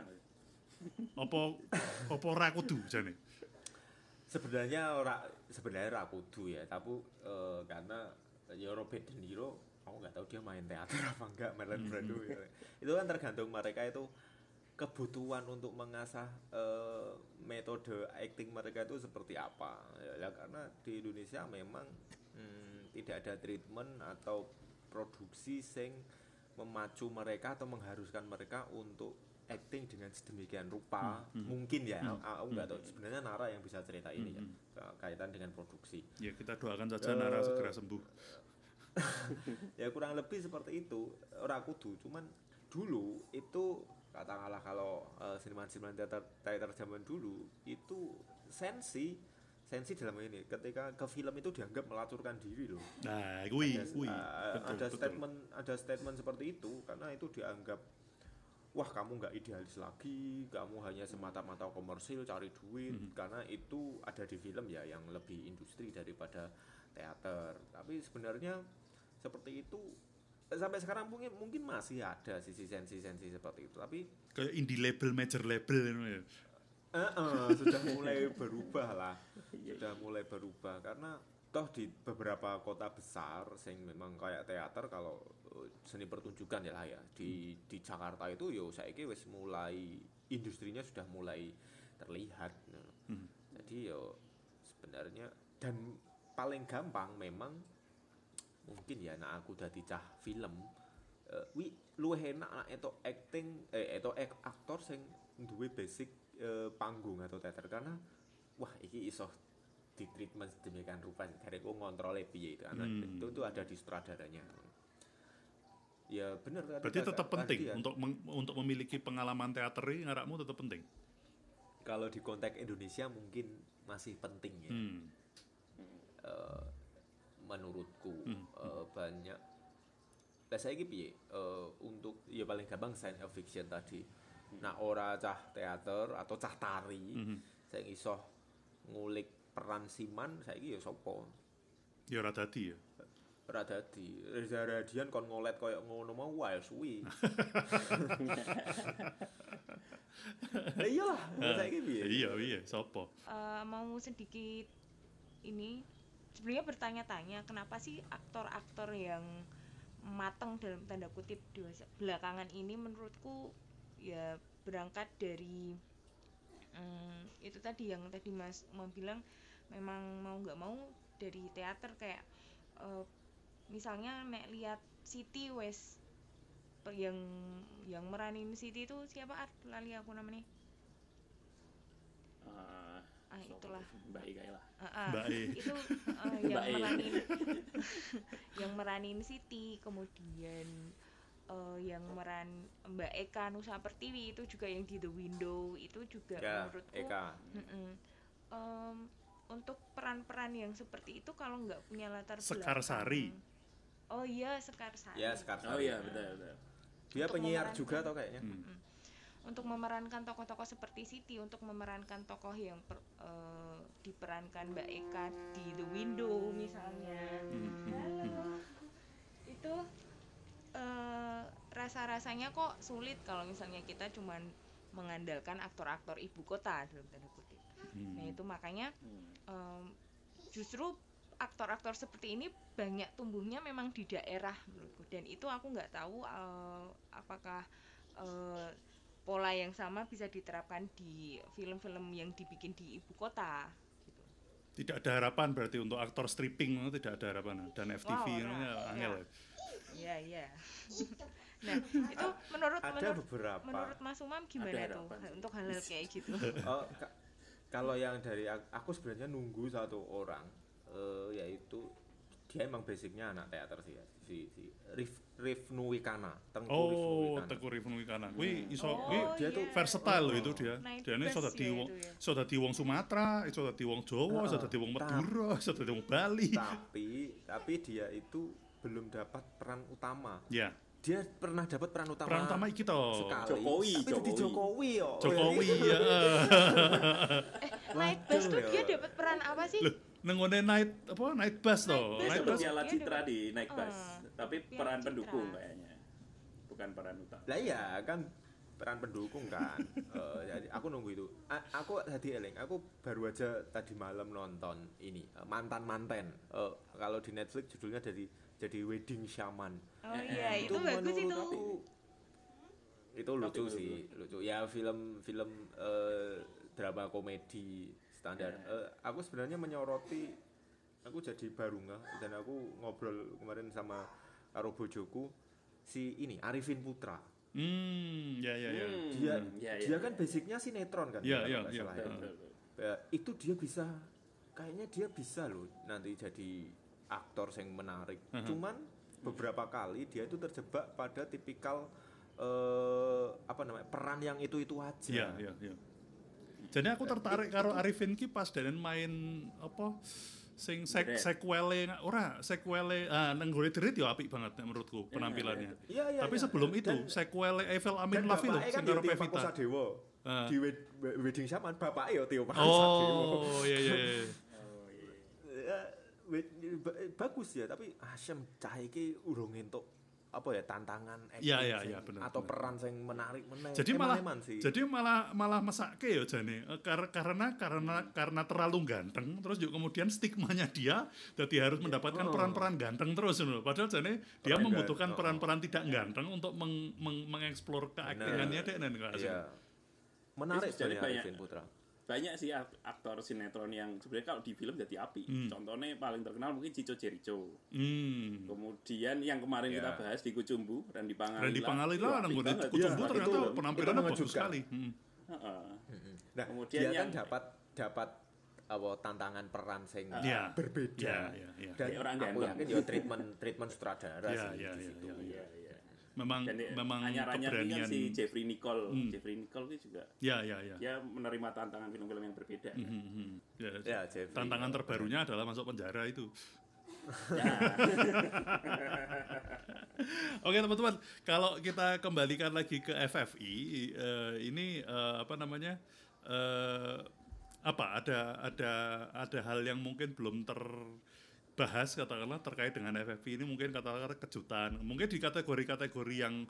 Apa ora kudu jane? Sebenarnya ra kudu ya, tapi karena ya Robert De Niro aku nggak tahu dia main teater apa enggak, Marlon Brando ya. Itu kan tergantung mereka itu kebutuhan untuk mengasah metode acting mereka itu seperti apa ya, karena di Indonesia memang tidak ada treatment atau produksi sing memacu mereka atau mengharuskan mereka untuk acting dengan sedemikian rupa. Mungkin ya aku nggak tahu sebenarnya Nara yang bisa cerita ini ya kaitan dengan produksi ya. Kita doakan saja Nara segera sembuh. Ya kurang lebih seperti itu. Ora kudu, cuman dulu itu katakanlah kalau seniman-seniman teater zaman dulu itu sensi dalam ini ketika ke film itu dianggap melacurkan diri loh. Nah, betul. Ada statement seperti itu karena itu dianggap wah kamu nggak idealis lagi, kamu hanya semata-mata komersil cari duit karena itu ada di film ya yang lebih industri daripada teater. Tapi sebenarnya seperti itu sampai sekarang mungkin masih ada sisi sensi seperti itu, tapi kayak indie label, major label ya. Sudah mulai berubah karena toh di beberapa kota besar sing memang kayak teater kalau seni pertunjukan ya lah ya di Jakarta itu yo saiki wis mulai industrinya sudah mulai terlihat. Jadi yo sebenarnya dan paling gampang memang mungkin ya nek aku dadi cah film luwih enak eto acting aktor sing duwe basic panggung atau teater karena wah iki iso di treatment sedemikian rupa gareku ngontrole piye itu karena itu ada di sutradaranya. Ya benar kan. Berarti tetap penting untuk memiliki pengalaman teater ini ngarakmu tetap penting. Kalau di konteks Indonesia mungkin masih penting ya. Menurutku banyak saiki piye untuk ya paling gampang science fiction tadi. Nah, ora cah teater atau cah tari sing iso ngulik peran siman saiki ya sapa? Ya ora dadi ya. Ora dadi. Reza Radian kon ngolet koyo ngono mau wae suwi. Lah iyalah, saiki piye? Iya, sapa? Mau sedikit ini sebenarnya bertanya-tanya kenapa sih aktor-aktor yang mateng dalam tanda kutip belakangan ini menurutku ya berangkat dari itu tadi yang tadi Mas mau bilang, memang mau nggak mau dari teater kayak misalnya nek lihat Siti wes yang meranin Siti itu siapa, lali aku namanya. Itulah Mbak Ika lah. Mbak E. Itu yang meranin Siti, kemudian yang meran Mbak Eka Nusa Pertiwi itu juga yang di The Window itu juga Ya, menurutku Eka. Untuk peran-peran yang seperti itu kalau nggak punya latar Sekarsari. Oh iya, Sekarsari. Ya, Sekarsari. Oh iya, betul. Dia Untuk penyiar memerankan. juga tau kayaknya. Untuk memerankan tokoh-tokoh seperti Siti, untuk memerankan tokoh yang diperankan Mbak Eka di The Window misalnya. Itu rasa-rasanya kok sulit kalau misalnya kita cuman mengandalkan aktor-aktor ibu kota dalam tanda kutip. Nah itu makanya justru aktor-aktor seperti ini banyak tumbuhnya memang di daerah menurutku, dan itu aku nggak tahu apakah pola yang sama bisa diterapkan di film-film yang dibikin di ibu kota gitu. Tidak ada harapan berarti untuk aktor stripping, tidak ada harapan, dan FTV angel ya. Iya. Nah itu menurut beberapa. menurut Mas Umam gimana tuh untuk hal-hal kayak gitu? Kalau yang dari aku sebenarnya nunggu satu orang, yaitu dia emang basicnya anak teater sih ya, si Rifnu Wikana, Tengku Rifnu Wikana. Kuwi iso dia tuh versatile loh itu dia. Dia ini iso dadi wong Sumatera, iso dadi wong Jawa, iso dadi wong Madura, iso dadi wong Bali. Tapi dia itu belum dapat peran utama. Ya. Dia pernah dapat peran utama. Peran utama iki to. Jokowi. Jokowi ya. Night Bus tuh dia dapat peran apa sih? Loh, nengone night bus to. Night Bus Piala Citra dapat. di Night Bus, tapi Piala peran Citra. pendukung kayaknya. Bukan peran utama. Lah iya kan peran pendukung kan. Jadi aku nunggu itu. Aku tadi eling, aku baru aja tadi malam nonton ini Mantan. Kalau di Netflix judulnya jadi Wedding Shaman. Oh iya, itu bagus itu. Itu lucu sih, lucu. Ya film drama komedi standar. Aku sebenarnya menyoroti, aku jadi baru nggak, dan aku ngobrol kemarin sama karo bojoku si ini Arifin Putra. Ya. Dia kan basicnya sinetron kan. Iya. Itu dia bisa, kayaknya dia bisa loh nanti jadi aktor yang menarik. Cuman beberapa kali dia itu terjebak pada tipikal peran yang itu aja. Iya. Jadi aku tertarik karo Arifin ki pas denen main sing sequele nang Gole Derit ya apik banget menurutku penampilannya. Iya. Tapi sebelum itu sequele Eiffel Amin Love lho sing karo Pevita. Di Wedding Shaman bapaknya ya Tio Pakusadewo. Oh iya. Bagus ya, tapi Hasyim cah iki urung entuk tantangan acting iya, bener, atau peran yang menarik jadi malah mesake ya jane karena terlalu ganteng, terus juga kemudian stigmanya dia jadi harus mendapatkan peran-peran ganteng terus loh. Padahal jane dia membutuhkan peran-peran tidak ganteng untuk mengeksplor keaktingannya deh menarik sekali Arifin Putra. Banyak sih aktor sinetron yang sebenarnya kalau di film jadi api. Contohnya paling terkenal mungkin Cico Jericho. Kemudian yang kemarin kita bahas di Kucumbu, Randy Pangalila nang Kucumbu ternyata penampilannya bagus sekali. Nah, kemudian dia kan dapat tantangan peran sing berbeda. Dan orang aku yakin ya treatment sutradara sih. Memang kan keberanian si Jeffrey Nicole itu juga ya dia menerima tantangan film-film yang berbeda. Tantangan terbarunya adalah masuk penjara itu. Oke teman-teman, kalau kita kembalikan lagi ke FFI ini ada hal yang mungkin belum bahas katakanlah terkait dengan FFP ini, mungkin katakanlah kejutan, mungkin di kategori-kategori yang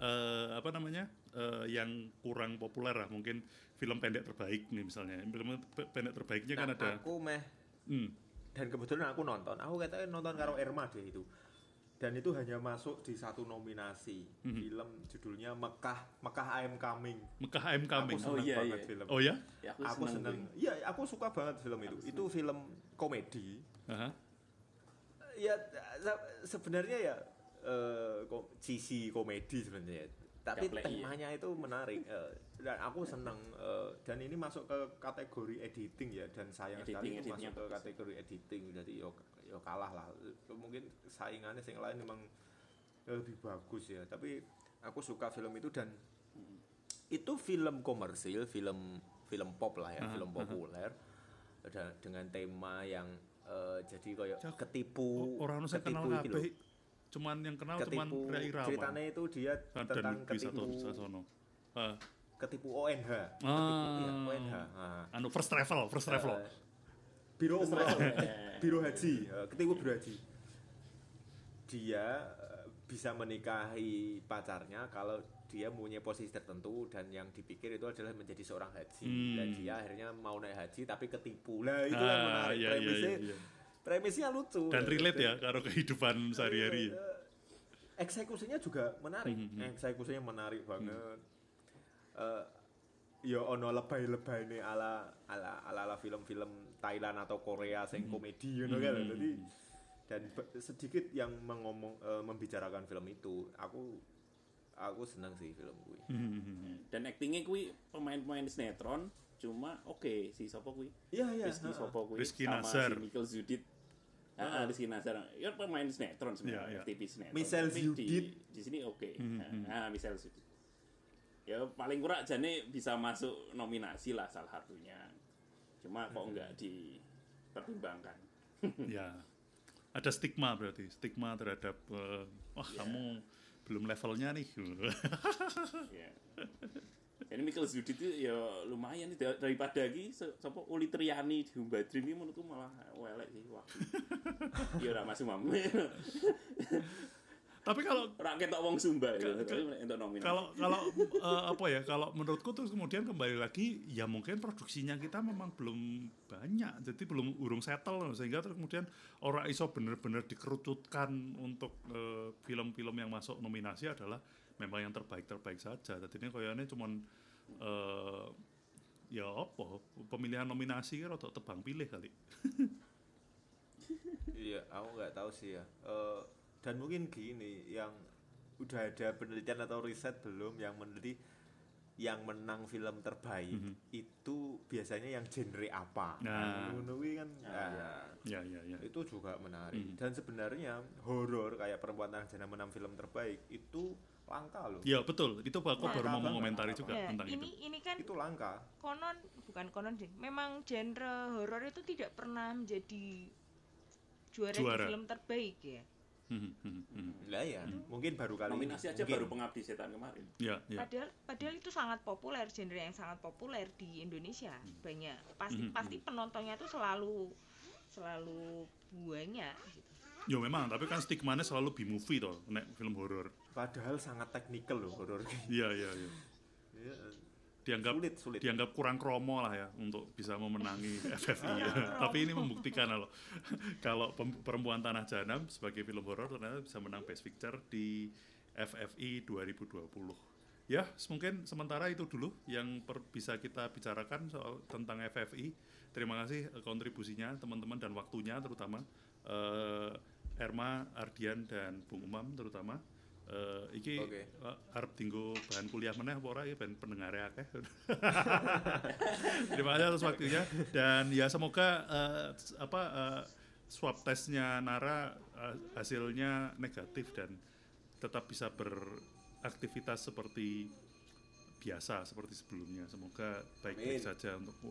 yang kurang populer lah, mungkin film pendek terbaik nih misalnya. Film pendek terbaiknya kan ada dan kebetulan aku katanya nonton karo Erma deh itu dan itu hanya masuk di satu nominasi. Film judulnya Mekah I'm Coming. Mekah I'm Coming. Aku seneng banget film. Oh ya? Ya, Aku seneng. Iya, aku suka banget film itu. Itu film komedi. Ya sebenarnya ya sisi komedi sebenarnya. Tapi temanya itu menarik. Dan aku seneng. Dan ini masuk ke kategori editing ya. Dan sayang sekali itu masuk ke kategori editing. Jadi yo kalah lah. Mungkin saingannya yang lain memang lebih bagus ya. Tapi aku suka film itu dan itu film komersil, film pop lah ya, film populer dengan tema yang jadi kayak ketipu. Orang saya kenal kabeh. Cuman yang kenal cuman Rai Irawan. Ceritanya itu dia tentang ketipu ONH. ONH. First travel. Biro umroh, biro haji, ketipu biro haji. Dia bisa menikahi pacarnya kalau dia mempunyai posisi tertentu dan yang dipikir itu adalah menjadi seorang haji. Dan dia akhirnya mau naik haji tapi ketipu. Lah itu yang menarik. Premisnya lucu. Dan relate ya karo kehidupan sehari-hari. Eksekusinya juga menarik. Eksekusinya menarik banget. Ya ono lebay-lebay nih ala film-film Thailand atau Korea sing komedi ngono kan. Jadi dan sedikit yang membicarakan film itu. Aku senang sih film kuwi. Dan aktingnya kuwi pemain-pemain sinetron cuma oke si sapa kuwi? Iya. Rizky Nasar. Si Michael Zudit. Rizky Nasar. Ya pemain sinetron sebenarnya, TV sinetron. Michelle Zudit di sini oke. Michelle Zudit. Ya paling kurang jane bisa masuk nominasi lah salah satunya. Cuma kok enggak dipertimbangkan. Ya. Ada stigma berarti, stigma terhadap kamu belum levelnya nih. Ya. Jadi Michael Zudit itu ya lumayan daripada lagi sapa Uli Triani di Humbadrin ini menurutku malah welek sih waktu. Ya ora masuk mam. Tapi kalau rakyat tok wong Sumba untuk nominasi. Kalau menurutku terus kemudian kembali lagi ya mungkin produksinya kita memang belum banyak, jadi belum urung settle sehingga terus kemudian ora iso bener-bener dikerucutkan untuk film-film yang masuk nominasi adalah memang yang terbaik saja. Jadi ini kayaknya cuman pemilihan nominasi kan atau tebang pilih kali. Iya, aku nggak tahu sih ya. Dan mungkin gini, yang udah ada penelitian atau riset belum yang meneliti yang menang film terbaik itu biasanya yang genre apa? Kan ya. Itu juga menarik. Dan sebenarnya horor kayak Perempuan Tanah Jahanam menang film terbaik itu langka loh. Ya betul, itu aku baru mau mengomentari juga tentang itu. Ini kan itu langka. Bukan konon sih. Memang genre horor itu tidak pernah menjadi juara. Di film terbaik ya. Lah ya, mungkin baru kali nominasi ini. Aja baru Pengabdi Setan kemarin. Ya. Padahal itu sangat populer, genre yang sangat populer di Indonesia. Banyak. Pasti penontonnya itu selalu banyak gitu. Ya memang, tapi kan stigmanya selalu B-movie toh, nek film horor. Padahal sangat teknikal loh horor. Iya. Sulit. Dianggap kurang kromo lah ya untuk bisa memenangi FFI ya. Tapi ini membuktikan kalau Perempuan Tanah Jahanam sebagai film horor ternyata bisa menang Best Picture di FFI 2020. Ya, mungkin sementara itu dulu yang bisa kita bicarakan soal tentang FFI. Terima kasih kontribusinya teman-teman dan waktunya terutama Erma, Ardian dan Bung Umam terutama. Arep dinggo bahan kuliah meneh apa ora ya ben pendengare akeh. Terima kasih atas waktunya dan ya semoga swab testnya Nara hasilnya negatif dan tetap bisa beraktivitas seperti biasa seperti sebelumnya. Semoga baik-baik saja untuk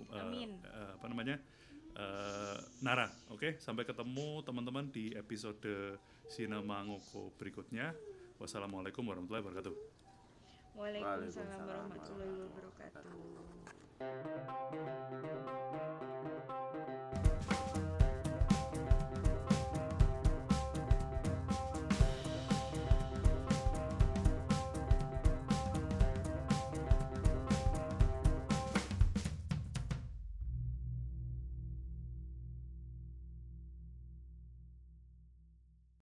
Nara. Oke, sampai ketemu teman-teman di episode Sinema Ngoko berikutnya. Wassalamualaikum warahmatullahi wabarakatuh. Waalaikumsalam warahmatullahi wabarakatuh.